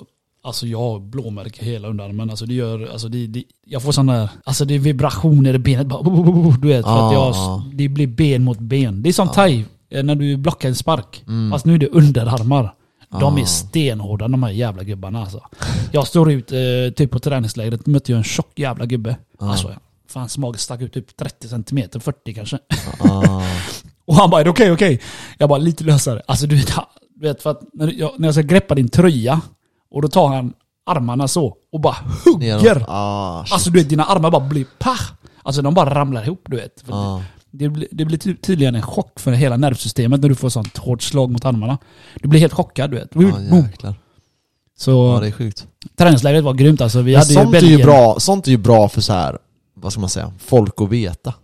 Alltså jag har blåmärke hela underarmen. Alltså det gör, alltså det, det, jag får sån där, alltså det är vibrationer i benet. Bara, du vet, för ah, att jag, ah. det blir ben mot ben. Det är som ah. thai, när du blockar en spark. Mm. Fast nu är det underarmar. De ah. är stenhårda, de här jävla gubbarna alltså. Jag står ut eh, typ på träningslägret, mötte jag en tjock jävla gubbe. Ah. Alltså, fan smagen stack ut typ trettio centimeter, fyrtio kanske. Ah. Och han bara, okej, okay, okej. Okay. Jag bara, lite lösare. Alltså du vet, du vet för att när jag, när jag ska greppa din tröja och då tar han armarna så och bara hugger. Ah, alltså du vet, dina armar bara blir pah. Alltså de bara ramlar ihop, du vet. Ah. Det, blir, det blir tydligen en chock för hela nervsystemet när du får sånt hårt slag mot armarna. Du blir helt chockad, du vet. Ah, jäklar. Så ja, det är sjukt. Träningslägret var grymt alltså. Vi hade sånt, ju Belgien. är ju bra, sånt är ju bra för så här, vad ska man säga, folk att veta.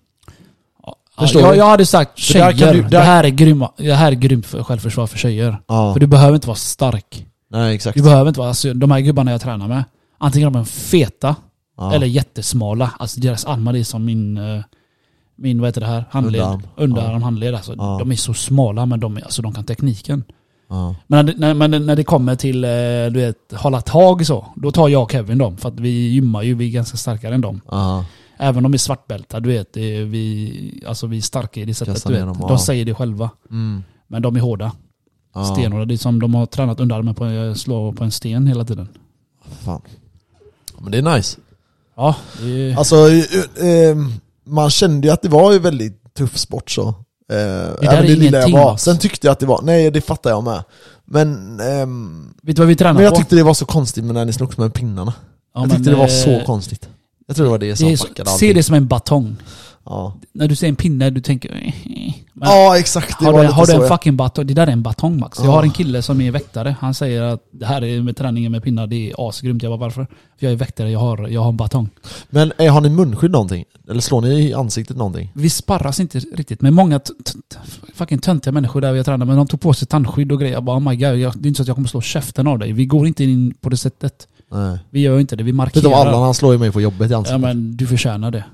Ja, jag, jag hade sagt tjejer, där du, där... det, här är grymma, det här är grymt för självförsvar för tjejer. Ja. För du behöver inte vara stark. Nej, exakt. Du behöver inte vara, alltså, de här gubbarna jag tränar med, antingen de är feta ja. eller jättesmala. Alltså deras armar är som min, min vad heter det här? Handled. Underarm. Underarm, ja. handled. Alltså, ja. De är så smala, men de, är, alltså, de kan tekniken. Ja. Men när, när, när, när det kommer till du vet, hålla tag så, då tar jag och Kevin dem. För att vi gymmar ju, vi är ganska starkare än dem. Ja. Även om de är svartbälta, du vet, det är vi, alltså vi är starka i det sättet, du vet. Dem, de säger det själva. Mm. Men de är hårda. Ja. Stenhårda. Det är som de har tränat underarmen på att slå på en sten hela tiden. Fan. Men det är nice. Ja. Det är... Alltså, eh, man kände ju att det var ju väldigt tuff sport så. Eh, det där är det lilla jag var. Sen tyckte jag att det var, nej det fattar jag med. Men, ehm, vet du vad vi tränar men jag på? tyckte det var så konstigt med när ni slogs med pinnarna. Ja, jag tyckte men, det var eh, så konstigt. Jag tror det var det som fuckade allt. Se det som en batong. Ja. När du ser en pinne, du tänker... Men ja, exakt. Det har var du, lite har du en så, fucking batong? Det där är en batong, Max. Ja. Jag har en kille som är väktare. Han säger att det här är med träningen med pinnar, det är asgrymt. Jag bara, varför? För jag är väktare, jag har, jag har en batong. Men eh, har ni munskydd någonting? Eller slår ni i ansiktet någonting? Vi sparras inte riktigt. Men många t- t- fucking töntiga människor där vi har tränat, men de tog på sig tandskydd och grejer. Jag bara, oh my god, jag, det är inte så att jag kommer slå käften av dig. Vi går inte in på det sättet. Nej. Vi gör inte det, vi markerar. Vet du, Allan, han slår ju mig på jobbet i ansiktet. Ja, men du förtjänar det.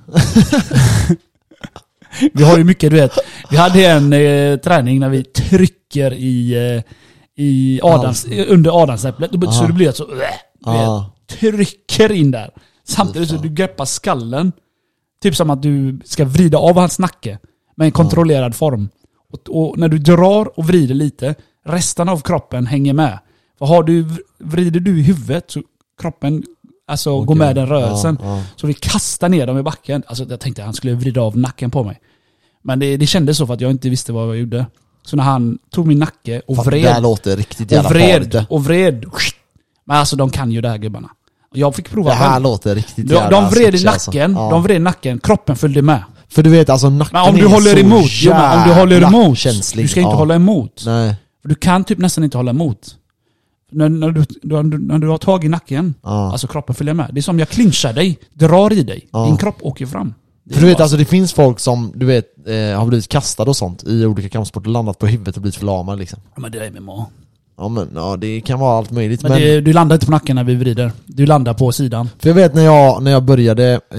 Vi har ju mycket, du vet. Vi hade en eh, träning när vi trycker i, eh, i Adams, under adamsäpplet. Så det blir så, äh, du vet, trycker in där. Samtidigt så du greppar skallen. Typ som att du ska vrida av hans nacke med en kontrollerad ja. form. Och, och när du drar och vrider lite, resten av kroppen hänger med. För har du, vrider du i huvudet så kroppen alltså okay. går med den rörelsen. Ja, ja. Så vi kastar ner dem i backen. Alltså jag tänkte att han skulle vrida av nacken på mig. Men det, det kändes så för att jag inte visste vad jag gjorde. Så när han tog min nacke och fan, vred. Det här låter riktigt jävla och vred, farligt. Och vred. Men alltså de kan ju det här gubbarna. Jag fick prova. Det här låter riktigt de, jävla de vred i nacken. Alltså. Ja. De vred nacken. Kroppen följde med. För du vet alltså nacken men om du är håller så emot, jo, men om du håller emot känslig. Du ska inte ja. hålla emot. Nej. För du kan typ nästan inte hålla emot. När, när, du, när, du, när du har tag i nacken, ja. alltså kroppen följer med. Det är som jag clinchar dig, drar i dig. Ja. Din kropp åker fram. För du vet, alltså det finns folk som, du vet, eh, har blivit kastade och sånt i olika kampsporter, landat på huvudet och blivit förlamade liksom. Ja, men det är M M A. Ja men, ja det kan vara allt möjligt. Men, men... Det, du landar inte på nacken när vi vrider. Du landar på sidan. För jag vet när jag, när jag började, eh,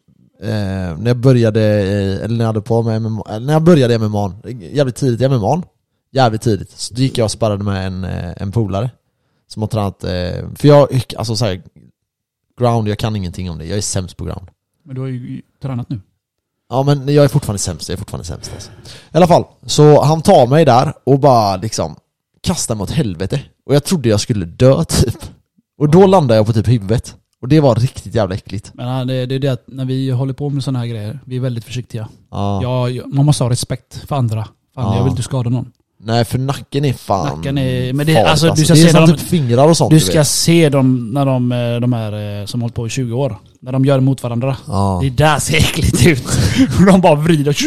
eh, när jag började, eh, eller när jag hade på med M M A, eller när jag började M M A, jävligt tidigt i M M A, jävligt tidigt, så gick jag och sparrade med en, eh, en polare. Som har tränat, eh, för jag, alltså såhär, ground, jag kan ingenting om det, jag är sämst på ground. Men du har ju tränat nu. Ja men jag är fortfarande sämst, jag är fortfarande sämst alltså. I alla fall, så han tar mig där och bara liksom kastar mig åt helvete. Och jag trodde jag skulle dö typ. Och då landade jag på typ huvudet. Och det var riktigt jävla äckligt. Men det, det är det att när vi håller på med sådana här grejer, vi är väldigt försiktiga. Ja. Ja, man måste ha respekt för andra. Fan, Ja. jag vill inte skada någon. Nej, för nacken är fan Nacken är, men det, farligt, alltså, alltså. du ska det är se som dem, typ fingrar och sånt. du Du ska vet. se dem när de, de här som hållit på i tjugo år. När de gör mot varandra. Ja. Det där ser äckligt ut. Och de bara vrider.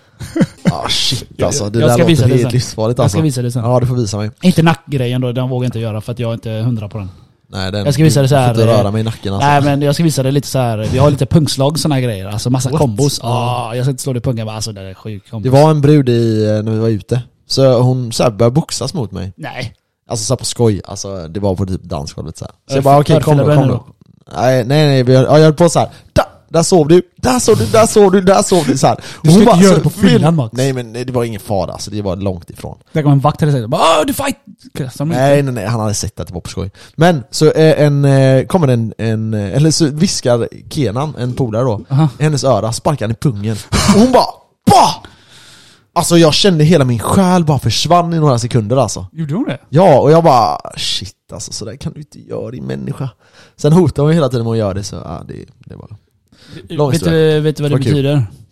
Ah shit alltså, det Jag där ska visa låter det helt sen. livsfarligt Jag alltså. ska visa det sen. Ja, du får visa mig. Inte nackgrejen då, den vågar jag inte göra för att jag är inte hundra på den. Nej, den, Jag ska visa det så här. Du får inte röra mig i nacken alltså. Nej, men jag ska visa det lite så här. Vi har lite pungslag, såna här grejer. Alltså massa What? kombos. Ja. Ah, jag ska inte slå det i pungen, men alltså det är sjukt kombos. Det var en brud i, när vi var ute. Så hon så här började boxas mot mig. Nej. Alltså så här på skoj, alltså det var på typ dansgolvet så här. Så Örf- jag bara okej, okay, kom då, örfilar kom du då. Nej, nej, nej, vi, ja, jag höll på så här. Da, där sov du, där sov du, där sov du, där sov du så här. Du ska Hon inte göra så- det på fyllan, Max. Nej men det var ingen fara alltså, det var långt ifrån. Där kom en vakt eller så. Bara, du fight! Som Nej nej nej, han hade sett att det var på skoj. Men så eh, en, eh, kommer en, en, eh, eller så viskar Kenan, en polare då, Aha. i hennes öra, sparkar han i pungen. Och hon bara, bah! Alltså jag kände hela min själ bara försvann i några sekunder alltså. Gjorde hon det? Ja, och jag bara, shit alltså, så där kan du inte göra din människa. Sen hotar hon hela tiden med att göra det, så ja, det, det var lång Vet historia. du, vet du vad det Vad kul. betyder?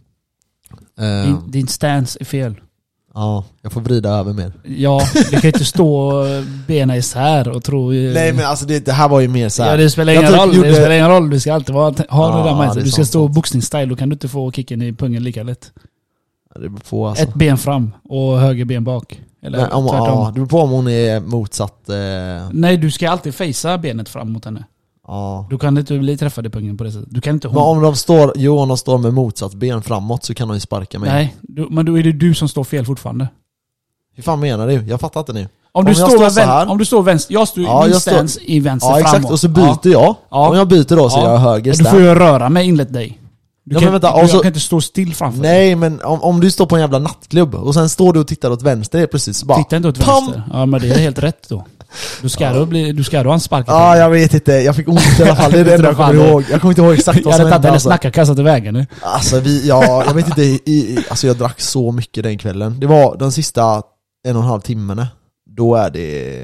Eh, Din, din stance är fel. Ja, jag får vrida över mer. Ja, du kan inte stå bena isär och tro... Nej men alltså det, det här var ju mer så här. Ja, det spelar Jag ingen typ roll, gjorde- det spelar ingen roll. Du ska alltid vara, ha Ja, det där med det sig. är Du ska sant, stå sant. boxningsstyle, då kan du inte få kicken i pungen lika lätt. Det beror på alltså. Ett ben fram och höger ben bak. Eller Men, om, ja, tvärtom. det beror på om hon är motsatt. Eh, Nej, du ska alltid facea benet fram mot henne. ja. Du kan inte bli träffad i pungen på det sättet. Du kan inte Men hon... om de står, jo om de står med motsatt ben framåt så kan de ju sparka mig. Nej, du, men då är det du som står fel fortfarande. Hur fan menar du? Jag fattar inte nu. Om, Om du jag står, står med så vän, här- om du står vänster, jag står Ja, min jag står- stance i vänster Ja framåt. exakt, och så byter Ja. jag. Ja. Om jag byter då så Ja. är jag höger Du stand. får ju röra mig inlett dig. Du Ja, kan, men vänta, du, och så- jag kan inte stå still framför dig. Nej men om, om du står på en jävla nattklubb och sen står du och tittar åt vänster helt plötsligt så bara Titta inte åt pam! vänster. Ja, men det är helt rätt då. Du ska då bli, du ska då ha en spark i Ja pungen. jag vet inte, jag fick ont i alla fall. Det är det enda jag kommer ihåg. Jag kommer inte ihåg exakt Jag vad hade som tagit hände henne alltså. snacka kastat i vägen nu. Alltså vi, ja, jag vet inte, i, i, alltså jag drack så mycket den kvällen. Det var den sista en och en halv timmen. Då är det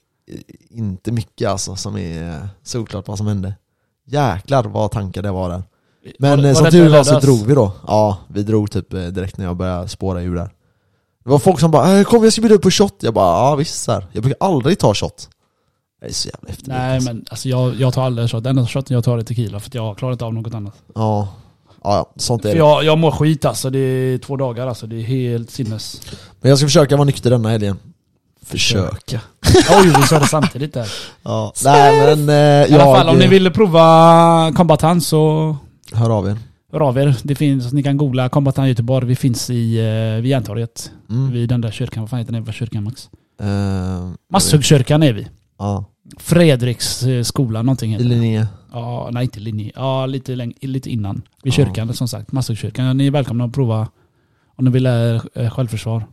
inte mycket alltså som är såklart vad som hände. Jäklar vad tankar det var där. Men Var- eh, var som det tur var så lördags? drog vi då. Ja, vi drog typ eh, direkt när jag började spåra ur där. Det var folk som bara, "Äh, kom jag ska bjuda upp på shot." Jag bara, ja visst så här. Jag brukar aldrig ta shot. Det är så jävla efterblivet. Nej men alltså jag, jag tar aldrig en shot. Den enda shoten jag tar är tequila för att jag klarar inte av något annat. Ja, ja, ja sånt är För det. jag, jag mår skit alltså. Det är två dagar alltså. Det är helt sinnes. Men jag ska försöka vara nykter denna helgen. Försöka. Oj, vi sa det samtidigt där. Ja. Nej men eh, I alla jag, fall om ni vill prova Combatant så hör av er. hör av er. Det finns, ni kan googla Combatant Göteborg. Vi finns i eh, vid Järntorget. Mm. Vid den där kyrkan. Vad fan heter den? Vad kyrkan Max? Eh, Masshugskyrkan är vi. Ja, Fredriks eh, skola någonting i heter det. linje. Ja, nej inte linje. Ja, lite, läng- lite innan. Vid Ja. kyrkan som sagt. Masshugskyrkan. Ni är välkomna att prova om ni vill lära eh, självförsvar.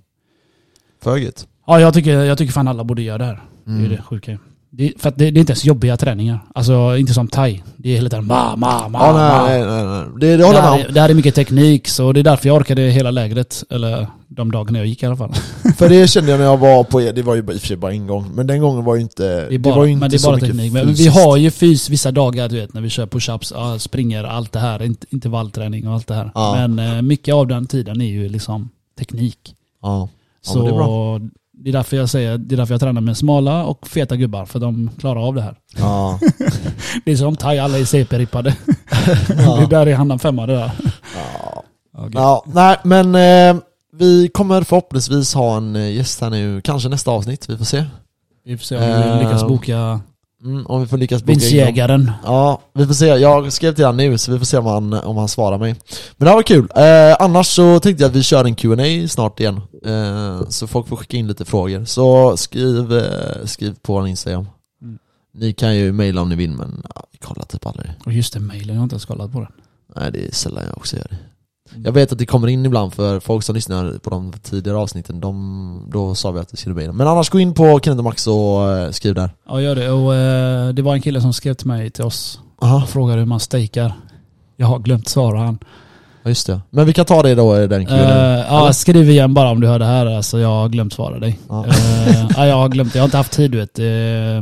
För gött. Ja, jag tycker, jag tycker fan alla borde göra det här. Det är Mm. det sjuka. Det, för att det, det är inte ens jobbiga träningar. Alltså inte som thai. Det är hela tiden ma, ma, ma, Ja, ma. nej, nej, nej, nej. Det, det Det håller jag här, med är, det här är mycket teknik, så det är därför jag orkade hela lägret. Eller de dagarna jag gick i alla fall. om. För det kände jag när jag var på, det var ju i och för sig bara en gång. Men den gången var ju inte, Det är bara, var ju inte men det är så bara mycket teknik. Men vi fysiskt. har ju fys vissa dagar, du vet, när vi kör push-ups, ja, springer, allt det här. Int- Intervallträning och allt det här. Ja. Men eh, mycket av den tiden är ju liksom teknik. Ja. Ja, Så men det är bra. det är därför jag säger, det är därför jag tränar med smala och feta gubbar. För de klarar av det här. Ja. Det är som thai, alla är C P-rippade. Ja. Det där är han femma det där. Ja. Okay. Ja, nej men eh, vi kommer förhoppningsvis ha en eh, gäst här nu, kanske nästa avsnitt, vi får se. Vi får se om vi lyckas Eh, boka Mm, om vi får lyckas boka in dem. vinstjägaren. Ja, vi får se. Jag skrev till han nu så vi får se om han, om han svarar mig. Men det här var kul. Eh, annars så tänkte jag att vi kör en Q and A snart igen. Eh, så folk får skicka in lite frågor. Så skriv, eh, skriv på vår Instagram. Mm. Ni kan ju mejla om ni vill, men ja, vi kollar typ aldrig. Och just det, mejlen, jag har inte ens kollat på den. Nej, det är sällan jag också gör det. Jag vet att det kommer in ibland för folk som lyssnar på de tidigare avsnitten. De, då sa vi att vi skulle mejla. Men annars gå in på Kenneth och Max och eh, skriv där. Ja, gör det. Och eh, det var en kille som skrev till mig, till oss. Aha. Och frågade hur man stakar. Jag har glömt svara han. Ja, just det. Men vi kan ta det då i den Q and A. Uh, ja, Eller? skriv igen bara om du hör det här. Alltså, jag har glömt svara dig. Ja. Eh, ja, jag har glömt det. Jag har inte haft tid, du vet. Uh,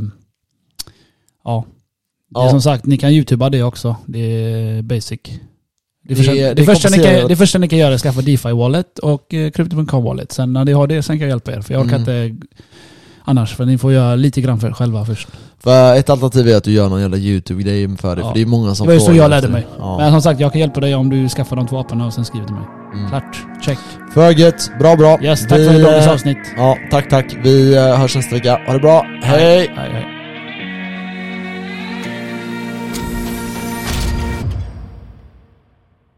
ja. Det är Ja. som sagt, ni kan youtuba det också. Det är basic. Det, Det- första, det det, första ni komplicerar- kan, det första ni kan göra är att skaffa DeFi-wallet och uh, Crypto punkt com-wallet. Sen när ni har det, sen kan jag hjälpa er. För jag orkar Mm. inte annars. För ni får göra lite grann för er själva först. För ett alternativ är att du gör någon jävla YouTube-grej för det, Ja. för det är många som Det var ju så frågar jag lärde efter mig. det. Ja. Men som sagt, jag kan hjälpa dig om du skaffar de två apparna och sen skriver till mig. Mm. Klart. Check. För gött, bra bra. Yes, tack Vi, för dagens eh, avsnitt. Ja, tack tack. Vi eh, hörs nästa vecka. Ha det bra. Hej! Hej, hej.